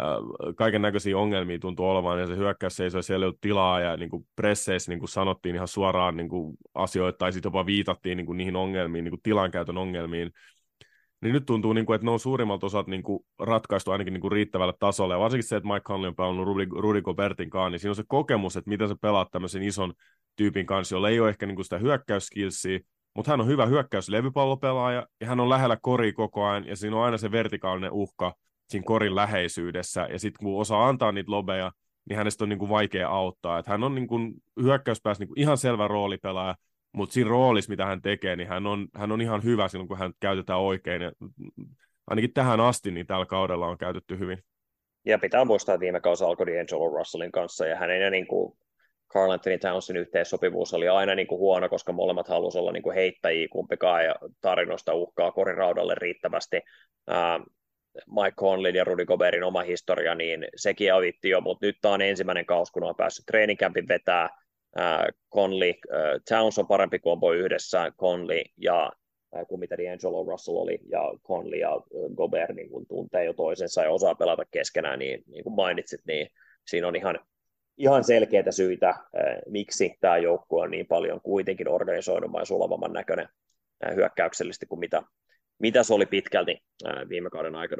kaiken näköisiä ongelmia tuntuu olevan, ja se hyökkäys seisoi, siellä ei ollut tilaa, ja niin kuin presseissä niin kuin sanottiin ihan suoraan niin kuin asioita, tai sitten jopa viitattiin niin kuin niihin ongelmiin, niin kuin tilankäytön ongelmiin, niin nyt tuntuu, niin kuin, että ne on suurimmalta osat niin kuin ratkaistu ainakin niin kuin riittävällä tasolla, ja varsinkin se, että Mike Conley on pelannut Rudy, Rudy Gobertin kanssa, niin siinä on se kokemus, että miten se pelaat tämmöisen ison tyypin kanssa, jolla ei ole ehkä niin kuin sitä hyökkäyskilsiä, mutta hän on hyvä hyökkäyslevypallopelaaja, ja hän on lähellä koria koko ajan, ja siinä on aina se vertikaalinen uhka siinä korin läheisyydessä, ja sitten kun osaa antaa niitä lobeja, niin hänestä on niin kuin vaikea auttaa. Et hän on niin kuin hyökkäyspäässä niin kuin ihan selvä roolipelaaja, mutta siinä roolissa, mitä hän tekee, niin hän on, hän on ihan hyvä silloin, kun hän käytetään oikein. Ja ainakin tähän asti niin tällä kaudella on käytetty hyvin. Ja pitää muistaa, että viime kausi alkoi D'Angelo Russellin kanssa, ja hänen niin kuin Karl-Anthony Townsin yhteissopivuus oli aina niin kuin huono, koska molemmat halusivat olla niin kuin heittäjiä, kumpikaan ja tarinoista uhkaa koriraudalle riittävästi. Uh, Mike Conley ja Rudy Gobertin oma historia, niin sekin avitti jo, mutta nyt tämä on ensimmäinen kausi, kun on päässyt treeninkämpin vetää. Uh, Conley, uh, Towns on parempi kombo yhdessä, Conley ja uh, kuin mitä D'Angelo Russell oli, ja Conley ja uh, Gobert niin kun tuntee jo toisensa ja osaa pelata keskenään, niin, niin kuin mainitsit, niin siinä on ihan ihan selkeitä syitä, miksi tämä joukkue on niin paljon kuitenkin organisoidumman ja sulavamman näköinen hyökkäyksellisesti kuin mitä, mitä se oli pitkälti viime kauden aikana.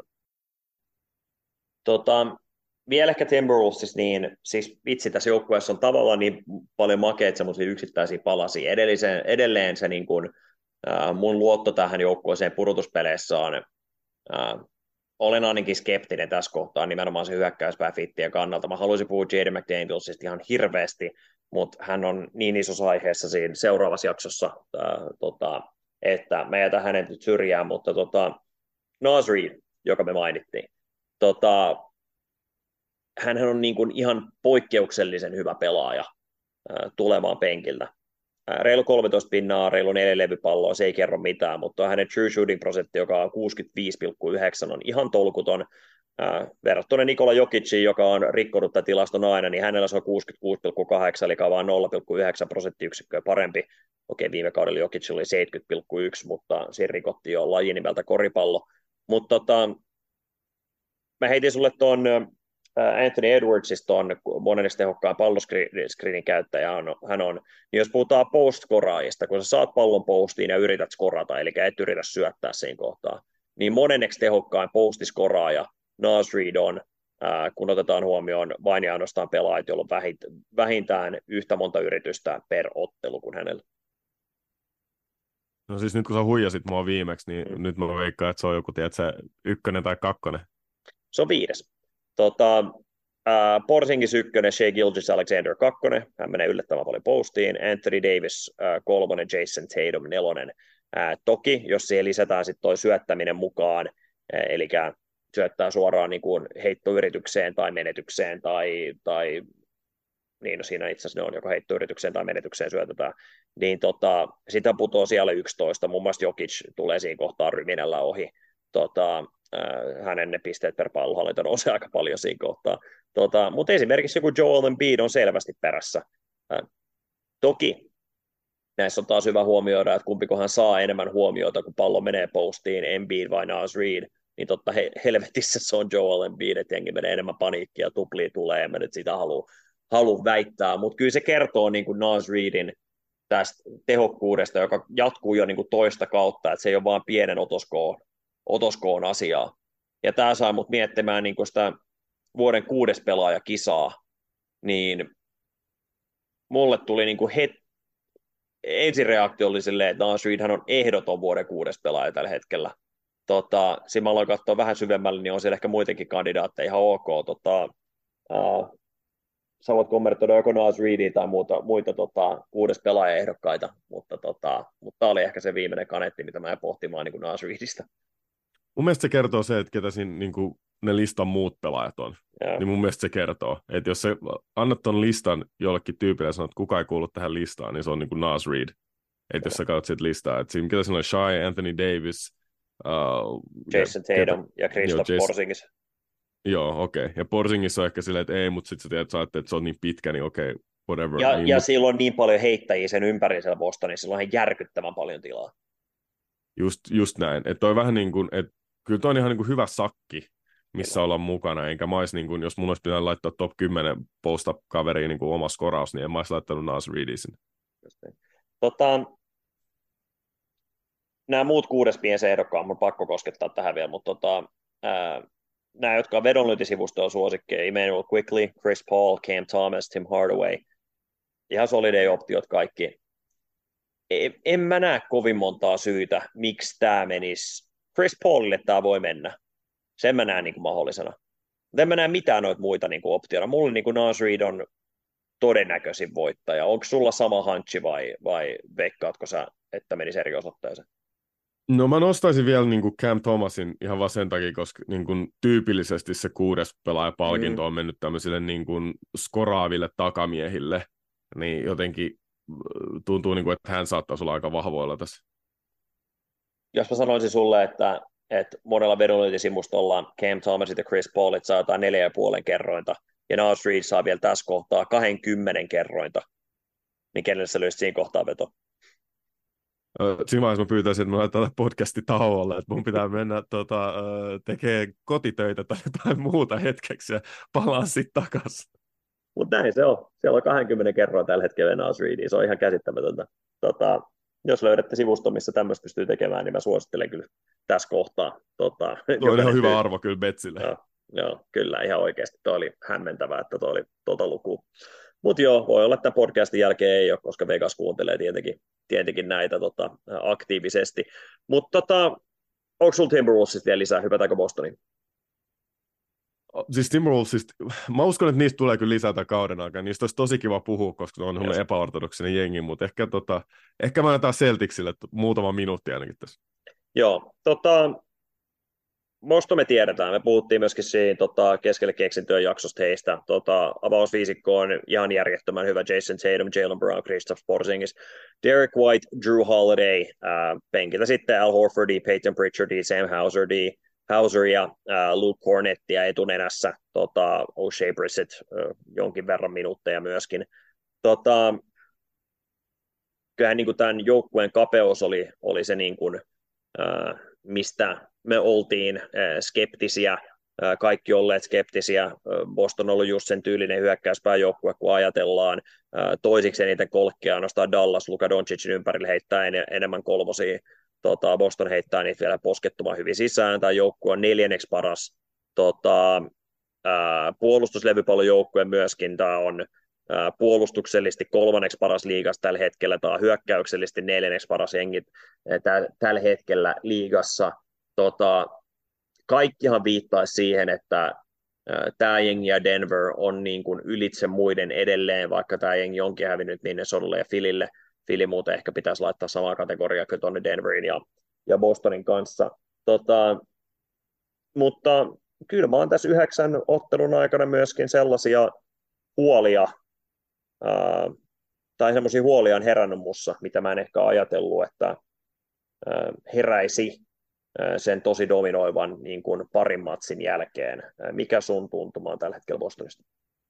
Tota, vielä ehkä Timberwolves, niin siis vitsi, tässä joukkueessa on tavallaan niin paljon makeita semmoisia yksittäisiä palasia. Edelleen, edelleen se niin kuin, mun luotto tähän joukkueeseen pudotuspeleissä on olen ainakin skeptinen tässä kohtaa nimenomaan se hyökkäyspääfittien kannalta. Mä haluaisin puhua Jaden McDanielsista ihan hirveästi, mutta hän on niin isossa aiheessa siinä seuraavassa jaksossa, ää, tota, että mä jätän hänet nyt syrjään, mutta tota, Naz Reid, joka me mainittiin, tota, hänhän on niin kuin ihan poikkeuksellisen hyvä pelaaja ää, tulemaan penkiltä. Reilu kolmetoista pinnaa, reilu neljä levypalloa, se ei kerro mitään, mutta hänen true shooting prosentti, joka on kuusikymmentäviisi pilkku yhdeksän, on ihan tolkuton. Äh, verrattuna Nikola Jokiciin, joka on rikkonut tämän tilaston aina, niin hänellä se on kuusikymmentäkuusi pilkku kahdeksan, eli vain nolla pilkku yhdeksän prosenttiyksikköä parempi. Okei, viime kaudella Jokic oli seitsemänkymmentä pilkku yksi, mutta siinä rikottiin jo laji nimeltä koripallo. Mutta tota, mä heitin sulle tuon Anthony Edwardsista on monennesta tehokkaan palloskriinin käyttäjä, hän on, niin jos puhutaan post-skoraajista, kun sä saat pallon postiin ja yrität skorata, eli et yritä syöttää siinä kohtaa, niin monenneksi tehokkain postiskoraaja Naz Reid on, ää, kun otetaan huomioon vain ja ainoastaan pelaajat, joilla on vähintään yhtä monta yritystä per ottelu kuin hänellä. No siis nyt kun sä huijasit mua viimeksi, niin mm. nyt mä veikkaan, että se on joku, tiedätkö, ykkönen tai kakkonen. Se on viides. Tota, äh, Porzingis ykkönen, Shea Gilgeous-Alexander kakkonen, hän menee yllättävän paljon postiin, Anthony Davis äh, kolmonen, Jason Tatum nelonen. Äh, toki, jos siihen lisätään sitten toi syöttäminen mukaan, äh, eli syöttää suoraan niin kuin heittoyritykseen tai menetykseen, tai, tai niin no siinä itse asiassa ne on joko heittoyritykseen tai menetykseen syötetään, niin tota, sitä putoaa siellä yksitoista, muun muassa Jokic tulee siinä kohtaa ryminällä ohi, tota, äh, hänen ne pisteet per pallohallinta nousee aika paljon siinä kohtaa, tota, mutta esimerkiksi joku Joel Embiid on selvästi perässä. Äh, toki näissä on taas hyvä huomioida, että kumpikohan saa enemmän huomiota, kun pallo menee postiin, Embiid vai Naz Reid, niin totta he, helvetissä se on Joel Embiid, että jengi menee enemmän paniikkia, tuplia tulee, en mä nyt sitä halua halua väittää, mutta kyllä se kertoo niin kuin Naz Reidin tästä tehokkuudesta, joka jatkuu jo niin kuin toista kautta, että se ei ole vaan pienen otoskoon, otoskoon asiaa. Ja tämä sai mut miettimään niin kuin sitä vuoden kuudes pelaajakisaa, niin mulle tuli niin kuin het... ensireaktio oli silleen, että Naz Reid hän on ehdoton vuoden kuudes pelaaja tällä hetkellä. Tota, siinä mä aloin katsoa vähän syvemmälle, niin on siellä ehkä muitakin kandidaatteja ihan ok. Tota, uh, sä voit kommentoida joko Naz Reidia tai muuta, muita tota, kuudes pelaajaehdokkaita, mutta, tota, mutta tämä oli ehkä se viimeinen kanetti, mitä mä jäin pohtimaan niin kuin Naz Reidistä. Mun mielestä se kertoo se, että ketä siinä niin kuin ne listan muut pelaajat on. Ja. Niin mun mielestä se kertoo, että jos sä annat ton listan jollekin tyypille ja sanot, että kuka ei kuulu tähän listaan, niin se on niin kuin Naz Reid. Että jos sä katsot siitä listaa, että siinä ketä siinä on Shai, Anthony Davis, uh, Jason ja, Tatum ketä, ja Kristaps Porzingis. Joo, okei. Okay. Ja Porzingissa on ehkä silleen, että ei, mutta sitten sä tiedät, että se on niin pitkä, niin okei, okay, whatever. Ja, niin, ja mut... sillä on niin paljon heittäjiä sen ympärisellä Bostonissa, sillä on ihan järkyttävän paljon tilaa. Just, just näin. Että toi vähän niin kuin, että kyllä toi on ihan niin kuin hyvä sakki, missä kyllä ollaan mukana, enkä mä olisi, niin kuin, jos mun olisi pitänyt laittaa top kymmenen post-up-kaveriin niin kuin oma skoraus, niin en mä olisi laittanut Naz Reidin sinne. Tota, nämä muut kuudes piensen ehdokkaan, mun pakko koskettaa tähän vielä, mutta tota, ää, nämä, jotka on vedonlyntisivustoon suosikkeja, Emmanuel Quickley, Chris Paul, Cam Thomas, Tim Hardaway, ihan solideja optiot kaikki. En, en mä näe kovin montaa syytä, miksi tämä menisi. Chris Paulille tämä voi mennä. Sen mä näen niin kuin mahdollisena. Mutta en mä näe mitään noita muita niin kuin optiona. Mulle niin kuin Naz Reid on todennäköisin voittaja. Onko sulla sama hunchi vai, vai veikkaatko sä, että menisi eri osoitteeseen? No mä nostaisin vielä niin kuin Cam Thomasin ihan vaan sen takia, koska niin kuin tyypillisesti se kuudes pelaajapalkinto mm. on mennyt tämmöisille niin kuin skoraaville takamiehille, niin jotenkin tuntuu, niin kuin, että hän saattaisi olla aika vahvoilla tässä. Jos mä sanoisin sulle, että, että monella vedonlyöntisimustolla Cam Thomasit ja Chris Paulit saa jotain neljä ja puolen kerrointa, ja Naz Reid saa vielä tässä kohtaa kaksikymmentä kerrointa, niin kenelle sä löysit siinä kohtaa veto? Siinä vaiheessa mä pyytäisin, että mä laitan tätä podcasti tauolle, että mun pitää mennä tota, tekemään kotitöitä tai jotain muuta hetkeksi ja palaa sitten takaisin. Mutta näin se on. Siellä on kaksikymmentä kerroa tällä hetkellä Naz Reidia. Se on ihan käsittämätöntä. Tota, jos löydätte sivuston, missä tämmöistä pystyy tekemään, niin mä suosittelen kyllä tässä kohtaa. Tota, tuo oli ihan hyvä tyy- arvo kyllä Betsille. Joo, joo, kyllä ihan oikeasti. Tuo oli hämmentävää, että tuo oli tota luku. Mutta joo, voi olla, että podcastin jälkeen ei ole, koska Vegas kuuntelee tietenkin, tietenkin näitä tota, aktiivisesti. Mutta tota, onko sinulla Timberwolvesista vielä lisää? Hypätäänkö Bostoniin? Siis Timberwolvesista, mä uskon, että niistä tulee kyllä lisätä kauden aikana. Niistä olisi tosi kiva puhua, koska on yes. epäortodoksinen jengi, mutta ehkä, tota, ehkä mä annetaan Celticsille muutama minuutti ainakin tässä. Joo, tota, Boston me tiedetään. Me puhuttiin myöskin siinä tota, keskelle keksintyön jaksosta heistä. Tota, avausviisikko on ihan järjettömän hyvä. Jason Tatum, Jaylen Brown, Kristaps Porzingis, Derek White, Drew Holiday, äh, penkiltä sitten Al Horfordia, Peyton Pritchardia, Sam Hauserdia, Hauseria, äh, Luke Kornettia etunenässä, tota, O'Shea Brissett äh, jonkin verran minuutteja myöskin. Tota, kyllähän niin kuin tämän joukkueen kapeus oli, oli se, niin kuin, äh, mistä me oltiin äh, skeptisiä, äh, kaikki olleet skeptisiä. Äh, Boston on ollut just sen tyylinen hyökkäyspääjoukkue, kun ajatellaan. Äh, toisiksi eniten kolkkia ainoastaan Dallas, Luka Doncicin ympärille heittää en, enemmän kolmosia. tota, Boston heittää niitä vielä poskettoman hyvin sisään, tämä joukkue on neljänneksi paras tota, ää, puolustuslevypallon joukkue myöskin, tämä on ää, puolustuksellisesti kolmanneksi paras liigassa tällä hetkellä, tämä on hyökkäyksellisesti neljänneksi paras jengi tä, tällä hetkellä liigassa, tota, kaikkihan viittaisi siihen, että tämä jengi ja Denver on niin kuin ylitse muiden edelleen, vaikka tämä jengi onkin hävinnyt Minnesotalle ja Philille. Philly muuten ehkä pitäisi laittaa samaa kategoriaa kuin tuonne Denverin ja, ja Bostonin kanssa. Tota, mutta kyllä mä oon tässä yhdeksän ottelun aikana myöskin sellaisia huolia, ää, tai semmoisia huolia on herännyt mussa, mitä mä en ehkä ajatellut, että ää, heräisi sen tosi dominoivan niin kuin parin matsin jälkeen. Mikä sun tuntuma on tällä hetkellä Bostonista?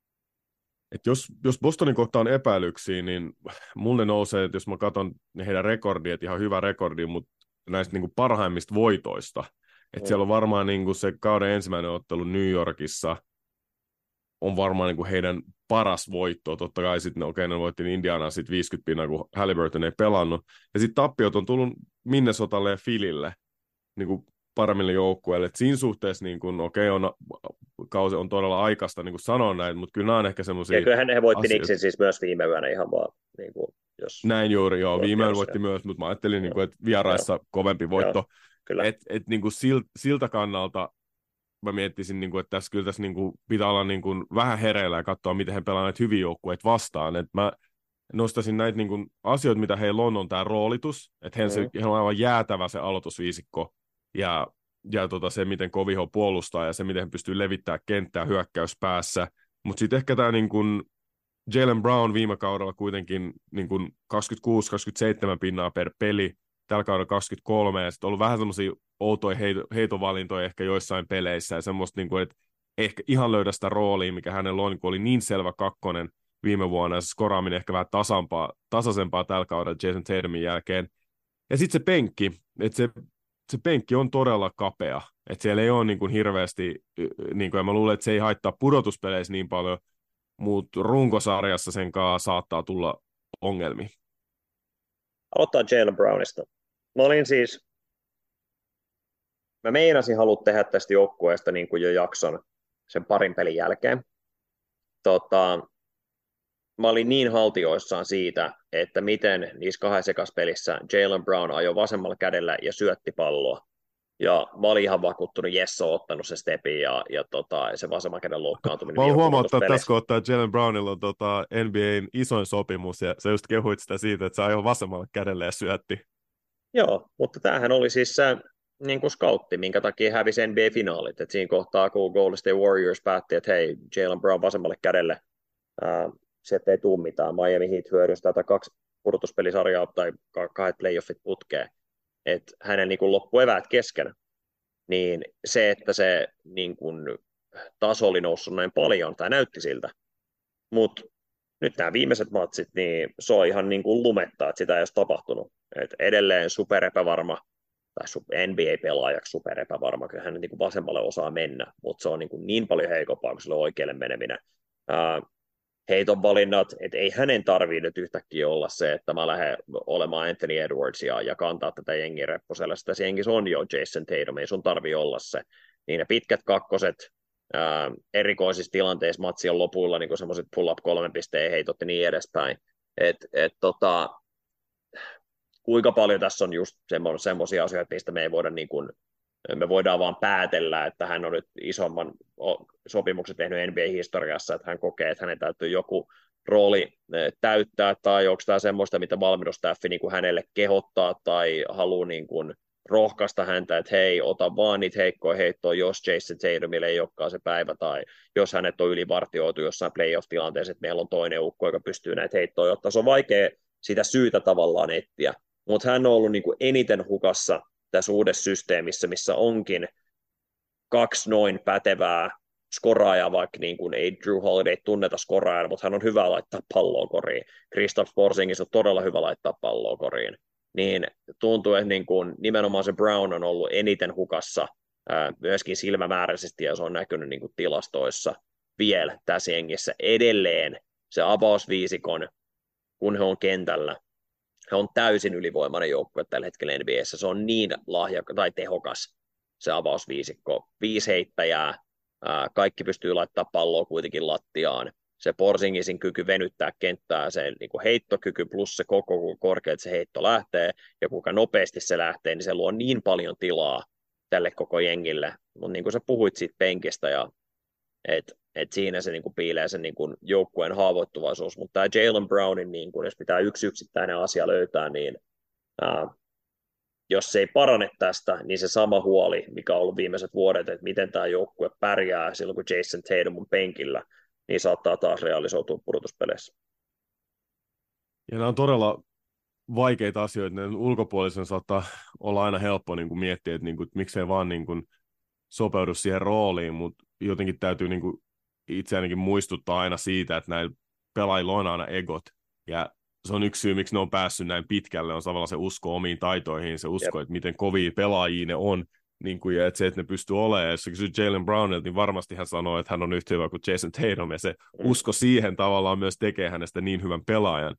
Et jos, jos Bostonin kohtaan on epäilyksiä, niin mulle nousee, että jos mä katson heidän rekordia, että ihan hyvä rekordi, mutta näistä niin kuin parhaimmista voitoista. Että mm. siellä on varmaan niin kuin se kauden ensimmäinen ottelu New Yorkissa on varmaan niin kuin heidän paras voitto. Totta kai sitten, okei, okay, ne voitti Indianaa sitten viisikymmentä pinnaa, kun Halliburton ei pelannut. Ja sitten tappiot on tullut Minnesotalle ja Philille niin kuin paremmille joukkueille. Et siinä suhteessa, niin kuin, okei, okay, on, kausi on todella aikaista niin kuin sanoa näin, mutta kyllä nämä on ehkä semmoisia. Ja kyllähän he voitti Knicksin siis myös viime yönä ihan vaan. Niin kuin, jos näin juuri, joo. Viime yönä voitti myös, mutta mä ajattelin, niin kuin, että vieraissa joo. kovempi voitto. Että et, niin kuin sil, siltä kannalta mä miettisin, niin kuin, että tässä kyllä tässä niin kuin, pitää olla niin kuin, vähän hereillä ja katsoa, miten he pelaavat näitä hyviä joukkueita vastaan. Et mä nostaisin näitä niin kuin, asioita, mitä heillä on, on tämä roolitus. Että heillä, mm-hmm. heillä on aivan jäätävä se aloitusviisikko. Ja, ja tota, se, miten Koviho puolustaa ja se, miten he pystyy levittämään kenttää hyökkäyspäässä. Mutta sitten ehkä tämä niin kun Jaylen Brown viime kaudella kuitenkin niin kun kaksikymmentäkuusi kaksikymmentäseitsemän pinnaa per peli, tällä kaudella kaksikymmentäkolme, ja sitten ollut vähän semmoisia outoja heito, heitovalintoja ehkä joissain peleissä, ja semmoista, niin kun, että ehkä ihan löydä sitä roolia, mikä hänellä on, kun oli niin selvä kakkonen viime vuonna, ja se skoraaminen ehkä vähän tasampaa, tasaisempaa tällä kaudella Jason Tatumin jälkeen. Ja sitten se penkki, että se se penkki on todella kapea, että siellä ei ole niin kuin hirveästi, niin kuin, ja mä luulen, että se ei haittaa pudotuspeleissä niin paljon, mutta runkosarjassa sen kanssa saattaa tulla ongelmia. Aloittaa Jaylen Brownista. Mä olin siis, mä meinasin haluta tehdä tästä joukkueesta niin kuin jo jakson sen parin pelin jälkeen. Tota, mä olin niin haltioissaan siitä, että miten niissä kahdessa ekassa pelissä Jaylen Brown ajoi vasemmalla kädellä ja syötti palloa. Ja mä olin ihan vakuuttunut, Jesse on ottanut se stepi ja, ja tota, se vasemman käden loukkaantuminen. Mä oon huomauttaa tässä kohtaa, että Jaylen Brownilla on tota N B A:n isoin sopimus, ja sä just kehuit sitä siitä, että se ajoi vasemmalla kädellä ja syötti. Joo, mutta tämähän oli siis se niin kuin scoutti, minkä takia hävisi N B A-finaalit. Et siinä kohtaa, kun Golden State Warriors päätti, että hei, Jaylen Brown vasemmalle kädelle, ää, sieltä ei tule mitään. Miami Heat hyödyntää tätä kaksi pudotuspelisarjaa tai kahdet playoffit putkeen, että hänen niin loppui eväät kesken, niin se, että se niin kuin, taso oli noussut näin paljon, tai näytti siltä, mutta nyt nämä viimeiset matsit, niin se on ihan niin kuin lumetta, että sitä ei olisi tapahtunut. Et edelleen superepävarma, tai N B A-pelaajaksi superepävarma, kyllä hän niin kuin vasemmalle osaa mennä, mutta se on niin, kuin niin paljon heikompaa kuin sille oikealle meneminen. Ää, heiton valinnat, että ei hänen tarvitse nyt yhtäkkiä olla se, että mä lähden olemaan Anthony Edwardsia ja kantaa tätä jengiä repposella. Sitä se jengissä on jo Jason Tatum, ei sun tarvitse olla se. Niin ne pitkät kakkoset, ää, erikoisissa tilanteissa matsien lopuilla, niin kuin semmoiset pull-up kolmen pisteen heitot ja niin edespäin. Et, et, tota, kuinka paljon tässä on just semmoisia asioita, mistä me ei voida niin kuin, me voidaan vaan päätellä, että hän on nyt isomman sopimuksen tehnyt N B A-historiassa, että hän kokee, että hänen täytyy joku rooli täyttää, tai onko tämä semmoista, mitä valmennustaffi niin kuin hänelle kehottaa, tai haluaa niin kuin rohkaista häntä, että hei, ota vaan niitä heikkoja heittoja, jos Jason Tatumille ei olekaan se päivä, tai jos hänet on ylivartioitu jossain playoff-tilanteessa, että meillä on toinen ukko, joka pystyy näitä heittoja ottaa. Se on vaikea sitä syytä tavallaan etsiä, mutta hän on ollut niin kuin eniten hukassa tässä uudessa systeemissä, missä onkin kaksi noin pätevää skoraajaa, vaikka niin kuin ei Drew Holiday tunneta skoraajana, mutta hän on hyvä laittaa palloa koriin. Kristaps Porzingis on todella hyvä laittaa palloa koriin. Niin tuntuu, että niin kuin nimenomaan se Brown on ollut eniten hukassa ää, myöskin silmämääräisesti, ja se on näkynyt niin kuin tilastoissa vielä tässä jengissä edelleen. Se avausviisikon, kun he on kentällä, he on täysin ylivoimainen joukkue tällä hetkellä N B A:ssä. Se on niin lahja tai tehokas se avausviisikko. Viisi heittäjää, ää, kaikki pystyy laittamaan palloa kuitenkin lattiaan. Se Porzingisin kyky venyttää kenttää, se niin kuin heittokyky plus se koko korkea, että se heitto lähtee, ja kuinka nopeasti se lähtee, niin se luo niin paljon tilaa tälle koko jengille. Mutta niin kuin sä puhuit siitä penkistä, ja että et siinä se niin kuin piilee sen niin kuin joukkueen haavoittuvaisuus, mutta tämä Jaylen Brownin, niin kuin, jos pitää yksi yksittäinen asia löytää, niin ää, jos se ei parane tästä, niin se sama huoli, mikä on ollut viimeiset vuodet, että miten tämä joukkue pärjää silloin, kun Jason Tatum on penkillä, niin saattaa taas realisoitua pudotuspeleissä. Ja nämä on todella vaikeita asioita, ne ulkopuolisen saattaa olla aina helppo niin kuin miettiä, että, niin kuin, että miksei vaan niin kuin sopeudu siihen rooliin, mutta jotenkin täytyy niin kuin itse ainakin muistuttaa aina siitä, että näillä pelaajilla on aina egot, ja se on yksi syy, miksi ne on päässyt näin pitkälle, on tavallaan se usko omiin taitoihin, se usko, Jep. että miten kovia pelaajia ne on, niin kuin, ja että se, että ne pystyy olemaan. Jos kysyy Jaylen Brownilta, niin varmasti hän sanoo, että hän on yhtä hyvä kuin Jason Tatum, ja se mm. usko siihen tavallaan myös tekee hänestä niin hyvän pelaajan.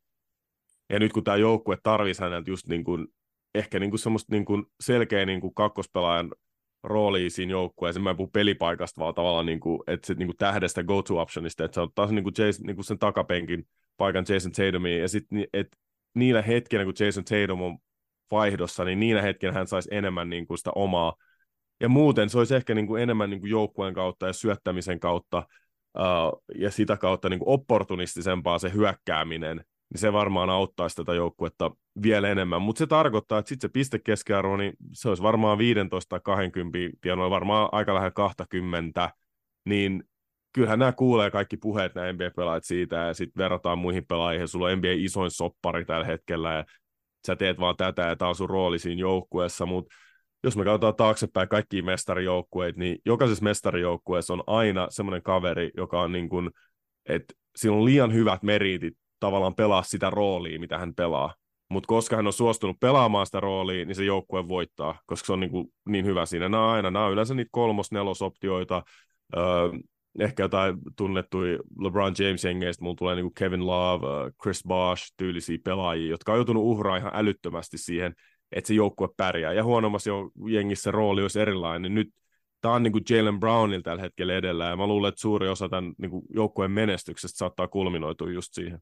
Ja nyt kun tämä joukkue tarvisi häneltä just niin kuin, ehkä niin kuin semmoista niin kuin selkeä niin kuin kakkospelaajan roolia siinä joukkueessa, mä en puhu pelipaikasta, vaan tavallaan niin kuin, että se niin kuin tähdestä go-to-optionista, että se ottaa sen, niin kuin Jason, niin kuin sen takapenkin paikan Jason Tatumiin, ja sitten että niillä hetkinä, kun Jason Tatum on vaihdossa, niin niinä hetkinä hän saisi enemmän niin kuin sitä omaa, ja muuten se olisi ehkä niin kuin enemmän niin kuin joukkueen kautta ja syöttämisen kautta, uh, ja sitä kautta niin kuin opportunistisempaa se hyökkääminen, niin se varmaan auttaisi tätä joukkuetta vielä enemmän. Mutta se tarkoittaa, että sitten se pistekeskiarvo, niin se olisi varmaan viisitoista tai kaksikymmentä, ja noin varmaan aika lähellä kaksikymmentä, niin kyllähän nämä kuulee kaikki puheet, nämä N B A-pelaajat siitä, ja sitten verrataan muihin pelaajiin, sulla on N B A isoin soppari tällä hetkellä, ja sä teet vaan tätä, ja tämä on sun rooli siinä joukkueessa, mutta jos me katsotaan taaksepäin kaikkia mestarijoukkueita, niin jokaisessa mestarijoukkueessa on aina semmoinen kaveri, joka on niin kuin, että sillä on liian hyvät meriitit tavallaan pelaa sitä roolia, mitä hän pelaa. Mutta koska hän on suostunut pelaamaan sitä roolia, niin se joukkue voittaa, koska se on niin, kuin niin hyvä siinä. Nämä on aina, nämä on yleensä niitä kolmos-nelosoptioita, öö, ehkä jotain tunnettuja LeBron James-jengeistä, mulla tulee niin kuin Kevin Love, Chris Bosh tyylisiä pelaajia, jotka on joutunut uhraa ihan älyttömästi siihen, että se joukkue pärjää. Ja huonommassa jengissä rooli olisi erilainen. Nyt tämä on niin kuin Jaylen Brownilla tällä hetkellä edellä, ja mä luulen, että suuri osa tämän niin kuin joukkueen menestyksestä saattaa kulminoitua just siihen.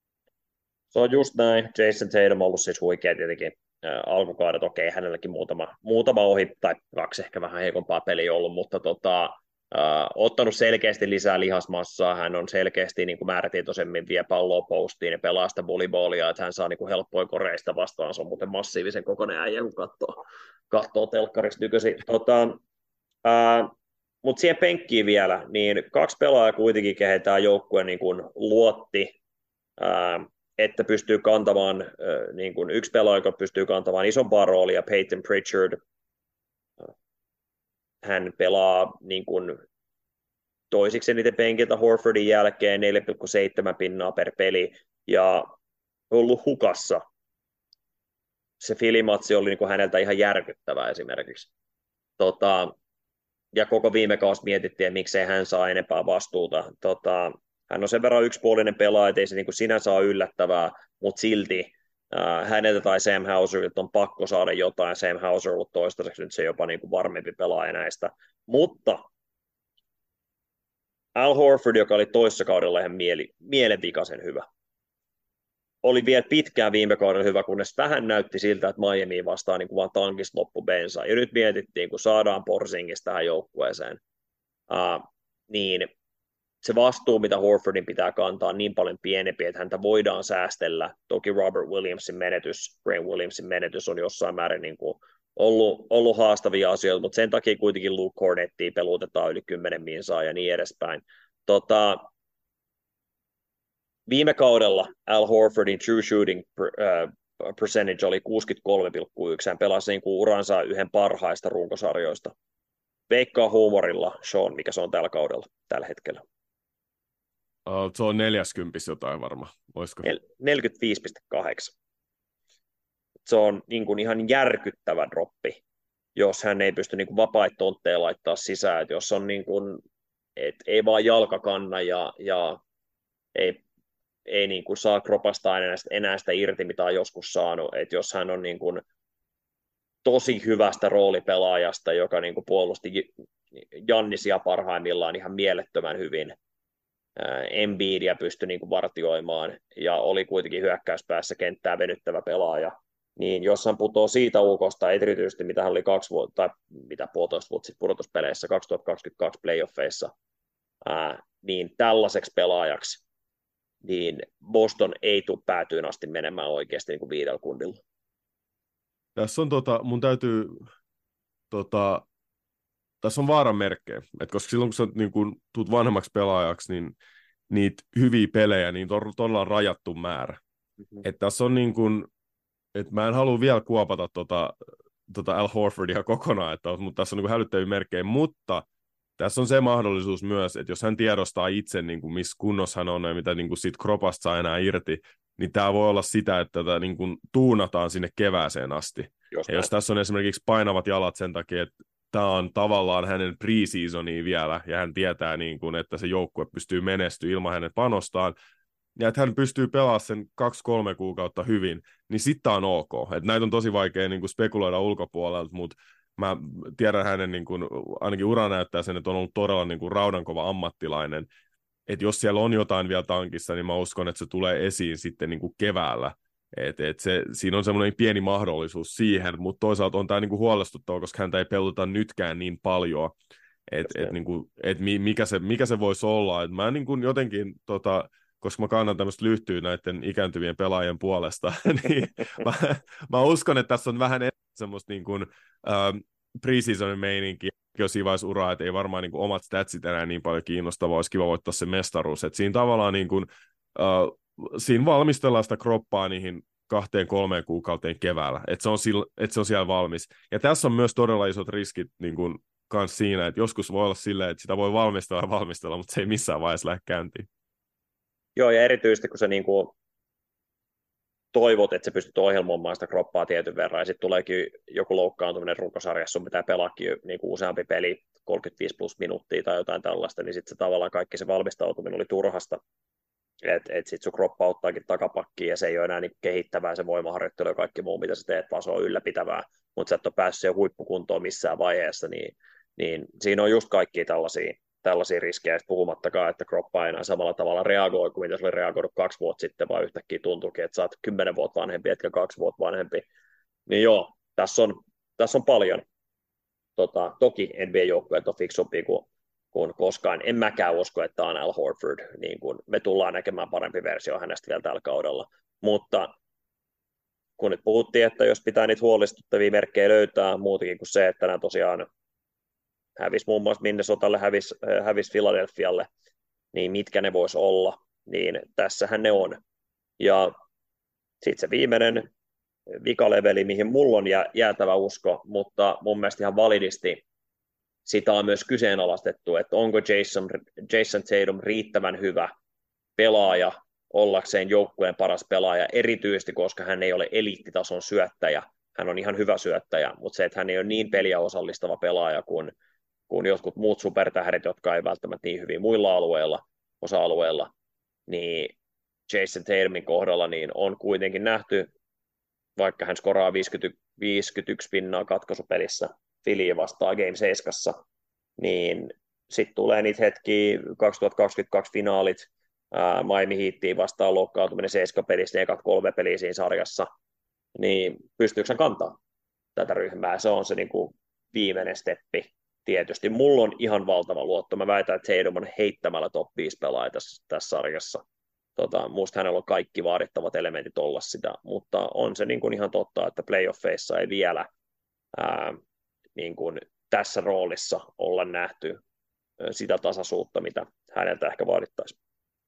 Se on just näin. Jason Tatum on ollut siis huikea tietenkin äh, alkukaudet. Okei, hänelläkin muutama, muutama ohi, tai kaksi ehkä vähän heikompaa peliä ollut, mutta tota, äh, ottanut selkeästi lisää lihasmassaa. Hän on selkeästi niin kuin määrätietoisemmin vie palloa postiin ja pelaa sitä volleyballia, että hän saa niin kuin helppoja koreista vastaan. Se on muuten massiivisen kokoinen äijä, kun katsoo, katsoo telkkarista nykyisin. Tota, äh, mutta siihen penkkiin vielä, niin kaksi pelaajaa kuitenkin kehitään joukkueen niin kuin luotti, äh, että pystyy kantamaan, äh, niin kuin yksi pelaaja, joka pystyy kantamaan isompaa roolia, Peyton Pritchard. Hän pelaa niin kuin toisiksi eniten penkiltä Horfordin jälkeen neljä pilkku seitsemän pinnaa per peli, ja ollut hukassa. Se filimatsi oli niin kuin häneltä ihan järkyttävä esimerkiksi. Tota, ja koko viime kausi mietittiin, että miksei hän saa enempää vastuuta. Tota, hän on sen verran yksipuolinen pelaaja, ettei se niin kuin sinänsä ole yllättävää, mutta silti äh, häneltä tai Sam Hauserilta on pakko saada jotain. Sam Hauser on ollut toistaiseksi nyt se jopa niin kuin varmempi pelaaja näistä. Mutta Al Horford, joka oli toissa kaudella ihan mieli, mielenvikaisen hyvä, oli vielä pitkään viime kaudella hyvä, kunnes vähän näytti siltä, että Miami vastaan niin kuin vaan tankista loppu bensa. Ja nyt mietittiin, kun saadaan Porzingis tähän joukkueeseen, uh, niin se vastuu, mitä Horfordin pitää kantaa, on niin paljon pienempi, että häntä voidaan säästellä. Toki Robert Williamsin menetys, Grant Williamsin menetys on jossain määrin niin kuin ollut, ollut haastavia asioita, mutta sen takia kuitenkin Luke Cornettia pelutetaan yli kymmenen minsaa ja niin edespäin. Tota, viime kaudella Al Horfordin true shooting uh, percentage oli kuusikymmentäkolme pilkku yksi. Hän pelasi niin kuin uransa yhden parhaista runkosarjoista. Veikkaa huumorilla, Sean, mikä se on tällä kaudella, tällä hetkellä. Uh, se on neljäkymmentä jotain varmaan, olisiko? neljäkymmentäviisi pilkku kahdeksan. Se on niin kuin ihan järkyttävä droppi, jos hän ei pysty niin kuin vapaita tontteja laittaa sisään. Et jos on niin kuin, et ei vaan jalka kanna ja, ja ei ei niin kuin saa kropasta enää, enää sitä irti, mitä on joskus saanut. Et jos hän on niin kuin tosi hyvästä roolipelaajasta, joka niin kuin puolusti Jannisia parhaimmillaan ihan mielettömän hyvin, Embiidia pystyi niin kuin vartioimaan ja oli kuitenkin hyökkäyspäässä kenttää venyttävä pelaaja, niin jos hän putoo siitä ukosta, erityisesti mitä hän oli kaksi vuotta, tai mitä puolitoista vuotta sitten pudotuspeleissä kaksituhattakaksikymmentäkaksi playoffeissa, ää, niin tällaiseksi pelaajaksi, niin Boston ei tule päätyyn asti menemään oikeasti niin kuin viidellä kundilla. Tässä on tota, mun täytyy, tota, tässä on vaaran merkkejä, että koska silloin kun sä niin kun tuut vanhemmaksi pelaajaksi, niin niitä hyviä pelejä, niin on todella rajattu määrä. Mm-hmm. Että tässä on niin kuin, että mä en halua vielä kuopata tota, tota Al Horfordia kokonaan, että, mutta tässä on niin kuin hälyttäviä merkkejä, mutta tässä on se mahdollisuus myös, että jos hän tiedostaa itse, niin kuin missä kunnossa hän on ja mitä niin kuin siitä kropasta saa enää irti, niin tämä voi olla sitä, että tätä niin kuin tuunataan sinne kevääseen asti. Jos ja jos tässä on esimerkiksi painavat jalat sen takia, että tämä on tavallaan hänen pre-seasonia vielä, ja hän tietää, niin kuin, että se joukkue pystyy menestyä ilman hänen panostaan, ja että hän pystyy pelaamaan sen kaksi-kolme kuukautta hyvin, niin sitten on ok. Että näitä on tosi vaikea niin kuin spekuloida ulkopuolelta, mutta mä tiedän hänen, niin kuin, ainakin ura näyttää sen, että on ollut todella niin kuin raudankova ammattilainen. Että jos siellä on jotain vielä tankissa, niin mä uskon, että se tulee esiin sitten niin kuin keväällä. Et, et se, siinä on semmoinen pieni mahdollisuus siihen, mutta toisaalta on tämä niinku huolestuttava, koska häntä ei peluteta nytkään niin paljon, että et, niinku, et mikä, se, mikä se voisi olla. Et mä niinku jotenkin, tota, koska mä kannan tämmöistä lyhtyä näiden ikääntyvien pelaajien puolesta, niin mä, mä uskon, että tässä on vähän semmoista niinku, ähm, pre-seasonin meininkiä, jos siinä vaiheessa uraa, että ei varmaan niinku omat statsit enää niin paljon kiinnostavaa, olisi kiva voittaa se mestaruus. Et siinä tavallaan niinku, äh, siinä valmistellaan sitä kroppaa niihin kahteen kolmeen kuukauteen keväällä, että se, et se on siellä valmis. Ja tässä on myös todella isot riskit niin kun, kans siinä, että joskus voi olla silleen, että sitä voi valmistella ja valmistella, mutta se ei missään vaiheessa lähde käyntiin. Joo, ja erityisesti kun sä niin kuin toivot, että sä pystyt ohjelmoimaan sitä kroppaa tietyn verran, ja sitten tuleekin joku loukkaantuminen runkosarjassa, sun pitää pelaakin niin kuin useampi peli, kolmekymmentäviisi plus minuuttia tai jotain tällaista, niin sitten se tavallaan kaikki se valmistautuminen oli turhasta. Että et sitten sun kroppa ottaakin takapakkiin ja se ei ole enää niin kehittävää se voimaharjoittelu ja kaikki muu, mitä sä teet, vaan se on ylläpitävää, mutta sä et ole päässyt siihen huippukuntoon missään vaiheessa, niin, niin siinä on just kaikkia tällaisia, tällaisia riskejä, puhumattakaan, että kroppa ei enää samalla tavalla reagoi kuin mitä se oli reagoinut kaksi vuotta sitten, vaan yhtäkkiä tuntuukin, että sä oot kymmenen vuotta vanhempi, etkä kaksi vuotta vanhempi. Niin joo, tässä on, tässä on paljon. Tota, toki N B A-joukkueet on fiksumpia kuin kuin koskaan. En mäkään usko, että on Al Horford. Niin kuin me tullaan näkemään parempi versio hänestä vielä tällä kaudella. Mutta kun nyt puhuttiin, että jos pitää niitä huolestuttavia merkkejä löytää, muutakin kuin se, että nämä tosiaan hävisi muun muassa Minnesotalle, hävisi, hävisi Philadelphialle, niin mitkä ne vois olla, niin tässähän ne on. Ja sitten se viimeinen vikaleveli, mihin mulla on jäätävä usko, mutta mun mielestä ihan validisti sitä on myös kyseenalaistettu, että onko Jason, Jason Tatum riittävän hyvä pelaaja ollakseen joukkueen paras pelaaja, erityisesti koska hän ei ole eliittitason syöttäjä, hän on ihan hyvä syöttäjä, mutta se, että hän ei ole niin peliä osallistava pelaaja kuin, kuin jotkut muut supertähdet, jotka ei välttämättä niin hyvin muilla alueilla, osa-alueilla, niin Jason Tatumin kohdalla niin on kuitenkin nähty, vaikka hän skoraa viisikymmentä, viisikymmentäyksi pinnaa katkaisupelissä, Philly vastaan Game seitsemän, niin sitten tulee niitä hetkiä, kaksituhattakaksikymmentäkaksi finaalit, ää, Miami Heatiin vastaan loukkaantuminen seitsemän pelissä, ne ekat kolme peliä siinä sarjassa, niin pystyykö hän kantaa tätä ryhmää? Se on se niin kuin viimeinen steppi. Tietysti mulla on ihan valtava luotto. Mä väitän, että Tatum on heittämällä top viisi pelaaja tässä, tässä sarjassa. Tota, musta hänellä on kaikki vaadittavat elementit olla sitä, mutta on se niin kuin ihan totta, että playoffeissa ei vielä ää, niin kuin tässä roolissa olla nähty sitä tasaisuutta, mitä häneltä ehkä vaadittaisiin.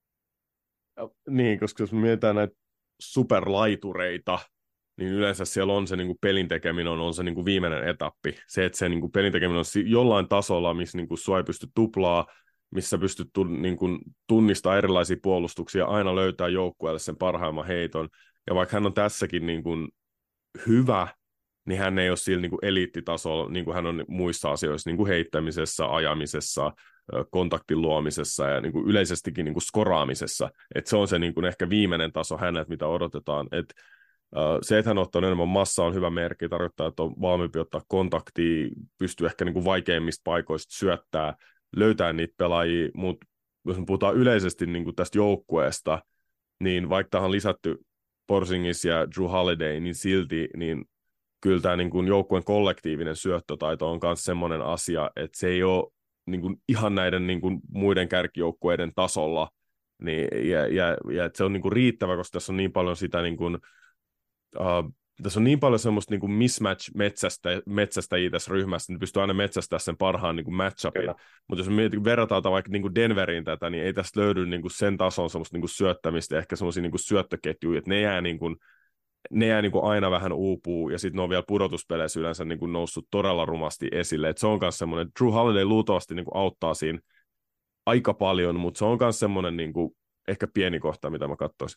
Niin, koska jos me mietitään näitä superlaitureita, niin yleensä siellä on se niin kuin pelin tekeminen on, on se niin kuin viimeinen etappi. Se, että se niin kuin pelin tekeminen on jollain tasolla, missä niin kuin sua ei pysty tuplaa, missä pystyt niin kuin tunnistamaan erilaisia puolustuksia, aina löytää joukkueelle sen parhaimman heiton. Ja vaikka hän on tässäkin niin kuin hyvä, niin hän ei ole sillä niin kuin eliittitasolla, niin kuin hän on muissa asioissa, niin kuin heittämisessä, ajamisessa, kontaktin luomisessa ja niin kuin yleisestikin niin kuin skoraamisessa. Et se on se niin kuin ehkä viimeinen taso häneltä, mitä odotetaan. Et, uh, se, että hän ottaa enemmän massaa, on hyvä merkki, tarkoittaa, että on valmiimpi ottaa kontaktia, pystyy ehkä niin kuin vaikeimmista paikoista syöttää, löytää niitä pelaajia, mutta jos me puhutaan yleisesti niin kuin tästä joukkueesta, niin vaikka tähän on lisätty Porzingis ja Drew Holiday, niin silti niin kyllä tämä niin kuin joukkueen kollektiivinen syöttötaito on myös semmoinen asia, että se ei ole niin kuin ihan näiden niin kuin muiden kärkijoukkueiden tasolla, niin, ja, ja, ja että se on niin kuin riittävä, koska tässä on niin paljon sitä niin kuin, uh, tässä on niin paljon semmoista niin kuin mismatch-metsästä metsästäjiä tässä ryhmässä, niin pystyy aina metsästämään sen parhaan niin kuin matchupin. Mutta jos me mietin, verrataan vaikka niin kuin Denveriin tätä, niin ei tästä löydy niin kuin sen tason semmoista niin kuin syöttämistä, ehkä semmoisia niin kuin syöttöketjuja, että ne jää, niin kuin, ne jää niin kuin aina vähän uupuu, ja sitten ne on vielä pudotuspeleissä yleensä niin kuin noussut todella rumasti esille. Et se on myös semmoinen, Drew Holiday luultavasti niin kuin auttaa siinä aika paljon, mutta se on myös semmoinen niin kuin ehkä pieni kohta, mitä mä katsoisin.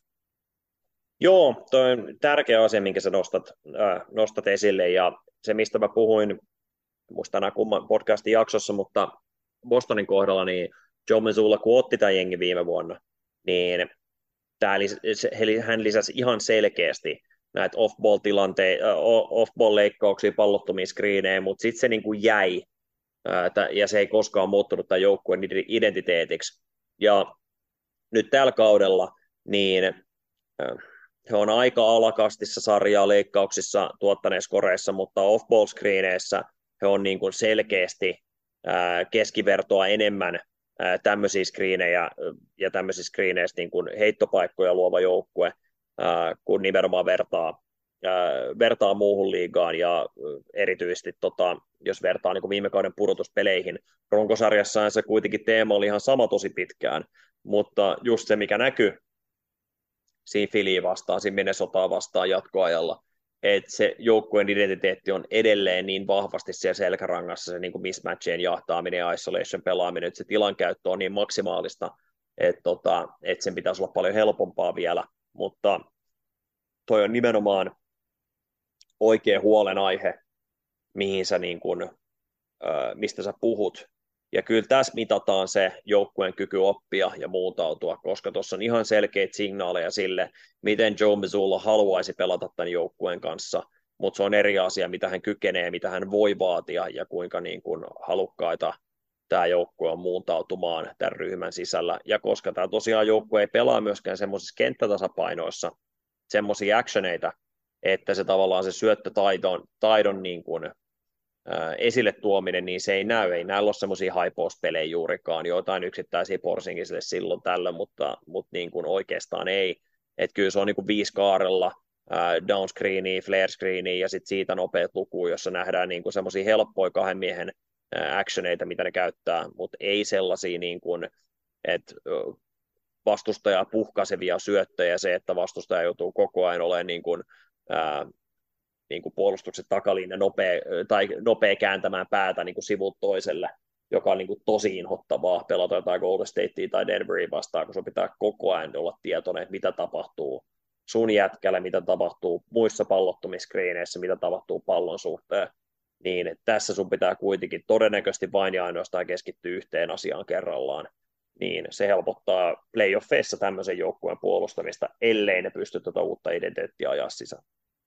Joo, toi on tärkeä asia, minkä sä nostat, äh, nostat esille, ja se, mistä mä puhuin, musta tänään kumman podcastin jaksossa, mutta Bostonin kohdalla, niin Joe Mazzulla, kun otti tämän jengi viime vuonna, niin tää, hän lisäsi ihan selkeästi näitä off-ball-tilanteita, off-ball-leikkauksia, pallottomia screenejä, mutta sitten se niin kuin jäi, ää, ja se ei koskaan muuttunut tämän joukkueen identiteetiksi. Ja nyt tällä kaudella, niin äh, he on aika alakastissa sarjaa leikkauksissa tuottaneissa koreissa, mutta off-ball screeneissä he on niin kuin selkeästi ää, keskivertoa enemmän ää, tämmöisiä screenejä ja tämmöisissä screeneissä niin kuin heittopaikkoja luova joukkue, ää, kun nimenomaan vertaa, ää, vertaa muuhun liigaan ja erityisesti tota, jos vertaa niin kuin viime kauden pudotuspeleihin. Runkosarjassaan se kuitenkin teema oli ihan sama tosi pitkään, mutta just se mikä näkyy siinä Phillyä vastaan, siinä Minnesotaa vastaan jatkoajalla, että se joukkueen identiteetti on edelleen niin vahvasti siellä selkärangassa, se niin kuin mismatchien jahtaaminen ja isolation pelaaminen, että se tilankäyttö on niin maksimaalista, että, tota, että sen pitäisi olla paljon helpompaa vielä, mutta toi on nimenomaan oikea huolenaihe, mihin sä niin kuin, mistä sä puhut. Ja kyllä tässä mitataan se joukkueen kyky oppia ja muutautua, koska tuossa on ihan selkeitä signaaleja sille, miten Joe Mazzulla haluaisi pelata tämän joukkueen kanssa, mutta se on eri asia, mitä hän kykenee, mitä hän voi vaatia ja kuinka niin kuin halukkaita tämä joukkue on muuntautumaan tämän ryhmän sisällä. Ja koska tämä tosiaan joukkue ei pelaa myöskään semmoisissa kenttätasapainoissa semmoisia actioneita, että se tavallaan se syöttötaidon taidon niin kuin esille tuominen, niin se ei näy, ei näillä ole semmoisia high-post-pelejä juurikaan, joitain yksittäisiä Porzingisille silloin tällöin, mutta, mutta niin kuin oikeastaan ei, että kyllä se on niin kuin viisi kaarella, downscreenia, flare screenia ja sitten siitä nopeat lukuja, jossa nähdään niin kuin semmoisia helppoja kahden miehen actioneita, mitä ne käyttää, mutta ei sellaisia niin kuin, että vastustajaa puhkaisevia syöttöjä, se, että vastustaja joutuu koko ajan olemaan niin kuin, ää, niin kuin puolustuksen takalinja nopea, tai nopea kääntämään päätä niin kuin sivut toiselle, joka on niin kuin tosi inhottavaa pelata jotain Golden Statea tai Denveria vastaan, kun sun pitää koko ajan olla tietoinen, että mitä tapahtuu sun jätkällä, mitä tapahtuu muissa pallottomiskriineissä, mitä tapahtuu pallon suhteen, niin tässä sun pitää kuitenkin todennäköisesti vain ja ainoastaan keskittyä yhteen asiaan kerrallaan, niin se helpottaa playoffeissa tämmöisen joukkueen puolustamista, ellei ne pysty tuota uutta identiteettiä ajaa sisään.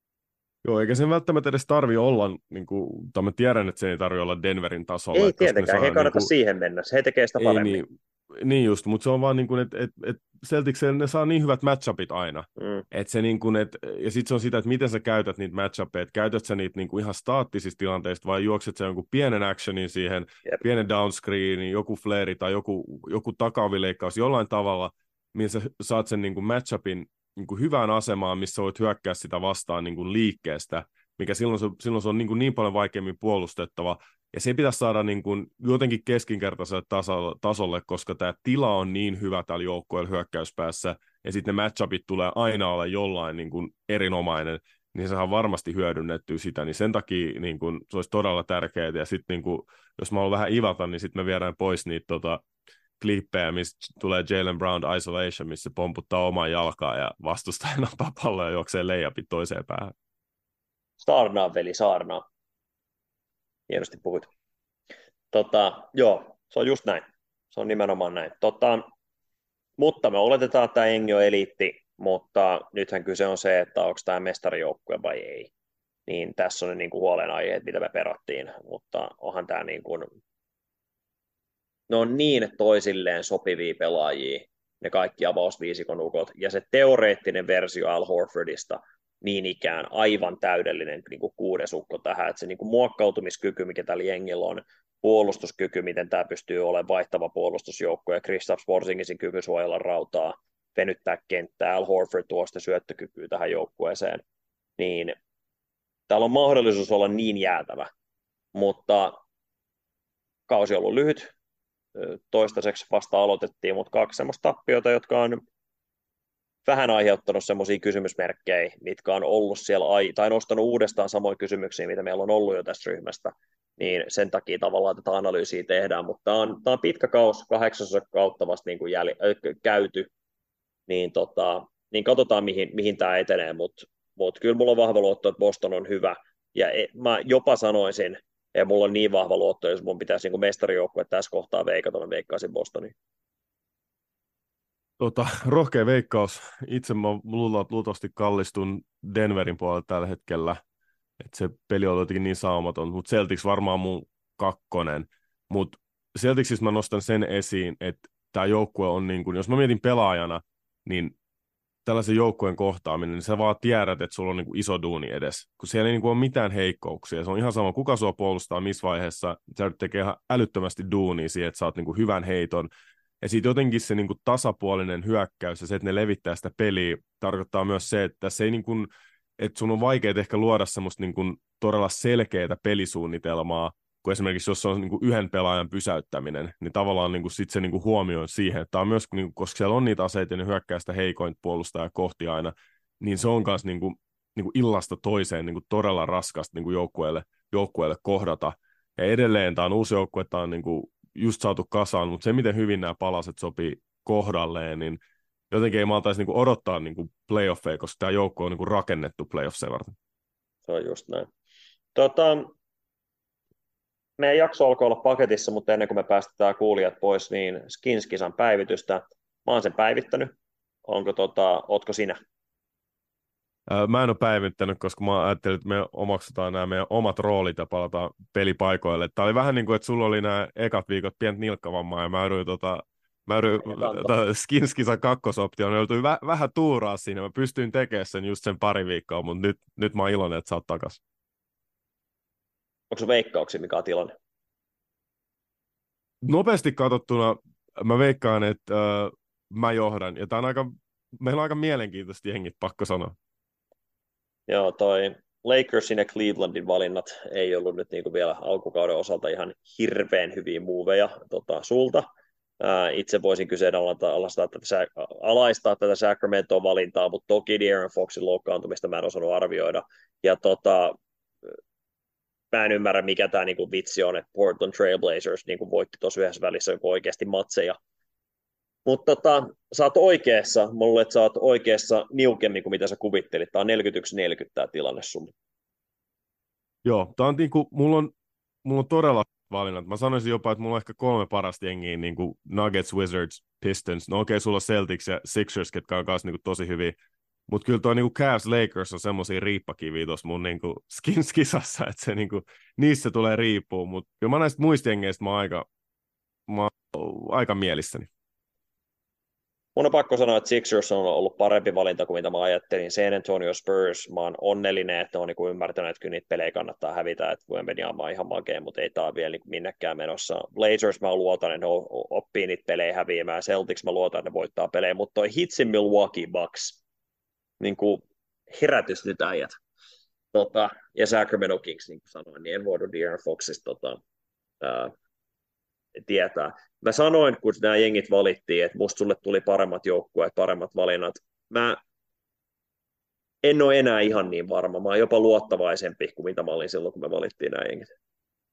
Joo, eikä sen välttämättä edes tarvi olla, niin kuin, tai mä tiedän, että se ei tarvi olla Denverin tasolla. Ei tietenkään, he ei kannata niin kuin, siihen mennä, he tekee sitä paremmin. Niin, niin just, mutta se on vaan niin kuin, että et, et Celticsillä ne saa niin hyvät matchupit aina. Mm. Että se niin kuin, et, ja sitten se on sitä, että miten sä käytät niitä matchupeja, että käytät sä niitä niin kuin ihan staattisista tilanteista vai juokset sä jonkun pienen actionin siihen, Jep. pienen downscreenin, joku flare tai joku, joku takavileikkaus jollain tavalla, missä sä saat sen niin kuin matchupin niin kuin hyvään asemaan, missä voit hyökkää sitä vastaan niin kuin liikkeestä, mikä silloin se, silloin se on niin, kuin niin paljon vaikeammin puolustettava. Ja se pitäisi saada niin kuin jotenkin keskinkertaiselle tasolle, tasolle, koska tämä tila on niin hyvä täällä joukkueella hyökkäyspäässä, ja sitten ne matchupit tulee aina olla jollain niin kuin erinomainen, niin se on varmasti hyödynnettyä sitä, niin sen takia niin kuin, se olisi todella tärkeää, ja sitten niin kuin, jos mä haluan vähän ivata, niin sitten me viedään pois niitä tota, klippejä, missä tulee Jaylen Brown isolation, missä pomputtaa omaa jalkaa ja vastustajan ottaa palloa ja juoksee layupit toiseen päähän. Saarnaa, veli, saarnaa. Hienosti puhut. Tota, joo, se on just näin. Se on nimenomaan näin. Tota, mutta me oletetaan, että tämä jengi on eliitti, mutta nythän kyse on se, että onko tämä mestarijoukkue vai ei. Niin tässä on ne niin kuin huolenaiheet, mitä me perattiin, mutta onhan tämä niin kuin, ne on niin toisilleen sopivia pelaajia, ne kaikki avausviisikon ukot, ja se teoreettinen versio Al Horfordista niin ikään aivan täydellinen niin kuin kuudesukko tähän, että se niin kuin muokkautumiskyky, mikä tällä jengillä on, puolustuskyky, miten tämä pystyy olemaan vaihtava puolustusjoukko, ja Kristaps Porzingisin kyky suojella rautaa, venyttää kenttää, Al Horford tuo sitä syöttökykyä tähän joukkueeseen, niin täällä on mahdollisuus olla niin jäätävä, mutta kausi on ollut lyhyt, toistaiseksi vasta aloitettiin, mutta kaksi semmoista tappiota, jotka on vähän aiheuttanut semmoisia kysymysmerkkejä, mitkä on ollut siellä, tai nostanut uudestaan samoin kysymyksiä, mitä meillä on ollut jo tästä ryhmästä, niin sen takia tavallaan tätä analyysiä tehdään, mutta tämä on, tämä on pitkä kaus, kahdeksasosa kautta vasta niin kuin jäl, äh, käyty, niin, tota, niin katsotaan, mihin, mihin tämä etenee, mutta mut kyllä mulla on vahva luotto, että Boston on hyvä, ja e, mä jopa sanoisin, ja mulla on niin vahva luotto, jos mun pitäisi niin mestarijoukkue tässä kohtaa veikata, mä veikkaisin Bostonin. Tota, rohkea veikkaus. Itse mä luulen, että luultavasti kallistun Denverin puolella tällä hetkellä. Että se peli on jotenkin niin saumaton. Mutta Celtics varmaan mun kakkonen. Mutta Celticsissa mä nostan sen esiin, että tämä joukkue on niin kuin, jos mä mietin pelaajana, niin tällaisen joukkueen kohtaaminen, niin sä vaan tiedät, että sulla on niin kuin iso duuni edes. Kun siellä ei niin kuin ole mitään heikkouksia. Se on ihan sama, kuka sua puolustaa missä vaiheessa. Sä tekee ihan älyttömästi duunia siihen, että sä oot niin kuin hyvän heiton. Ja sitten jotenkin se niin kuin tasapuolinen hyökkäys ja se, että ne levittää sitä peliä, tarkoittaa myös se, että se ei niin kuin, että sun on vaikea ehkä luoda semmoista niin kuin todella selkeää pelisuunnitelmaa, kun esimerkiksi jos on niin kuin yhden pelaajan pysäyttäminen, niin tavallaan niin kuin sit se niin kuin huomioi siihen, että tämä on myös, niin kuin, koska siellä on niitä aseita ja ne hyökkää sitä heikointa puolustajaa kohti aina, niin se on myös niin kuin, niin kuin illasta toiseen niin kuin todella raskasta niin kuin joukkueelle, joukkueelle kohdata. Ja edelleen tämä on uusi joukkue, tämä on niin kuin just saatu kasaan, mutta se, miten hyvin nämä palaset sopii kohdalleen, niin jotenkin ei maltaisi niinku odottaa niinku playoffeja, koska tämä joukko on niinku rakennettu playoffseja varten. Se on just näin. Tota, meidän jakso alkoi olla paketissa, mutta ennen kuin me päästetään kuulijat pois, niin Skins-kisan päivitystä. Mä oon sen päivittänyt. Onko tota, ootko sinä? Mä en ole päivittänyt, koska mä ajattelin, että me omaksutaan nämä meidän omat roolit ja palataan pelipaikoille. Tämä oli vähän niin kuin, että sulla oli nämä ekat viikot pientä nilkkavammaa ja mä yritin tota, mä yritin Skins-kisan kakkosoptioon, joutui vä- vähän tuuraa siinä. Mä pystyin tekemään sen just sen pari viikkoa, mutta nyt, nyt mä oon iloinen, että sä oot takas. Onko se veikkauksia, mikä on tilanne? Nopeasti katsottuna mä veikkaan, että äh, mä johdan. Ja tää on aika, meillä on aika mielenkiintoiset jengit, pakko sanoa. Joo, toi Lakersin ja Clevelandin valinnat ei ollut nyt niin kuin vielä alkukauden osalta ihan hirveän hyviä muuveja tota, sulta. Ää, itse voisin kyseenalaistaa tätä, alaistaa tätä Sacramento-valintaa, mutta toki De'Aaron Foxin loukkaantumista mä en osannut arvioida. Ja tota, mä en ymmärrä, mikä tämä niinku vitsi on, että Portland Trail Blazers niinku voitti tuossa yhdessä välissä joku oikeasti matseja. Mutta tota, sä oot oikeassa, mä luulen, että sä oot oikeassa niukemmin kuin mitä sä kuvittelit. Tää on neljäkymmentäyksi neljäkymmentä tämä tilanne sulle. Joo, tää on niinku, mulla on, mulla on todella valinnat. Mä sanoisin jopa, että mulla on ehkä kolme parasta jengiä, niin kuin Nuggets, Wizards, Pistons. No okei, okay, sulla on Celtics ja Sixers, ketkä on kanssa niin tosi hyviä. Mutta kyllä tuo niin Cavs, Lakers on semmoisia riippakiviä tuossa mun niin skins-kisassa, että se niin kuin, niissä tulee riippuu. Mutta kyllä mä näistä muista jengeistä mä oon aika, mä oon aika mielissäni. Mun on pakko sanoa, että Sixers on ollut parempi valinta kuin mitä mä ajattelin. San Antonio Spurs, mä oon onnellinen, että ne on niin ymmärtänyt, että kyllä niitä pelejä kannattaa hävitä, että Wembanyama on ihan makea, mutta ei tää vielä niin minnekään menossa. Blazers mä luotan, että ne oppii niitä pelejä häviämään. Celtics mä luotan, että ne voittaa pelejä, mutta toi Hitsin Milwaukee Bucks, niin kuin herätys nyt äijät. Tota, ja Sacramento Kings, niin kuin sanoin, niin en voidu De'Aaron Foxista tota, ää, tietää. Mä sanoin, kun nämä jengit valittiin, että musta sulle tuli paremmat joukkueet, paremmat valinnat. Mä en ole enää ihan niin varma. Mä oon jopa luottavaisempi kuin mitä mä olin silloin, kun me valittiin nämä jengit.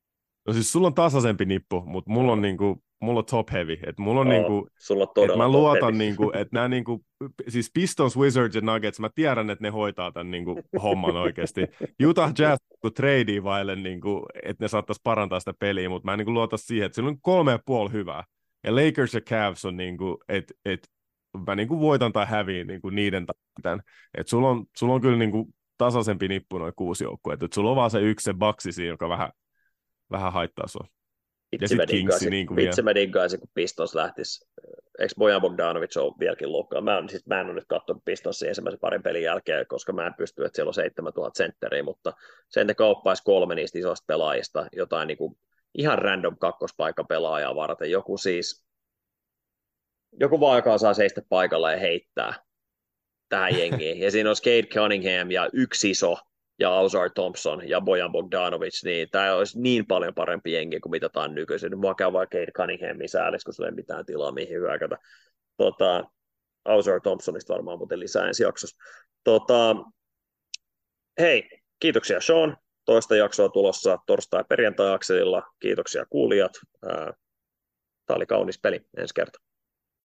No siis sulla on tasaisempi nippu, mutta mulla on, No, niinku, mulla on top heavy. Et mulla on oh, niinku, sulla on että todella mä top heavy. luotan, niinku, että nämä niinku, siis Pistons, Wizards ja Nuggets, mä tiedän, että ne hoitaa tämän niinku, homman oikeasti. Utah Jazz kun tradea vaille, niinku, että ne saattaisi parantaa sitä peliä, mutta mä en niinku, luota siihen, että siellä on kolme ja puoli hyvää. Ja Lakers ja Cavs on, niinku, että et, mä niinku, voitan tai häviin niinku, niiden tämän. Että sulla on, sulla on kyllä niinku, tasaisempi nippu noin kuusi joukkueita. Että sulla on vaan se yksi se baksi siinä, joka vähän, vähän haittaa sua. Ja Vitsi mä sitten Kingsi diggaisin, niin kuin vielä. vitsi mä diggaisin, kun Pistons lähtisi. Eikö Bojan Bogdanovic ole vieläkin loukkaan? Mä, en, siis mä en ole nyt katsonut Pistonsin ensimmäisen parin pelin jälkeen, koska mä en pysty, että siellä on seitsemäntuhatta sentteriä, mutta sen te kauppaisi kolme niistä isoista pelaajista, jotain niin kuin ihan random kakkospaikkapelaajaa varten. Joku siis, joku vaan, joka saa seistä paikalla ja heittää tähän jengiin. Ja siinä on Cade Cunningham ja yksi iso, ja Ausar Thompson ja Bojan Bogdanovic, niin tämä olisi niin paljon parempi jengi kuin mitä tämä on nykyisin. Nyt mua käy vaan Cade Cunninghamin säälis, kun sulla ei mitään tilaa mihin hyökätä. Tota, Ausar Thompsonista varmaan muuten lisää ensi jaksossa. Tota, hei, kiitoksia Sean. Toista jaksoa tulossa torstai- ja perjantai-akselilla. Kiitoksia kuulijat. Tämä oli kaunis peli ensi kertaa.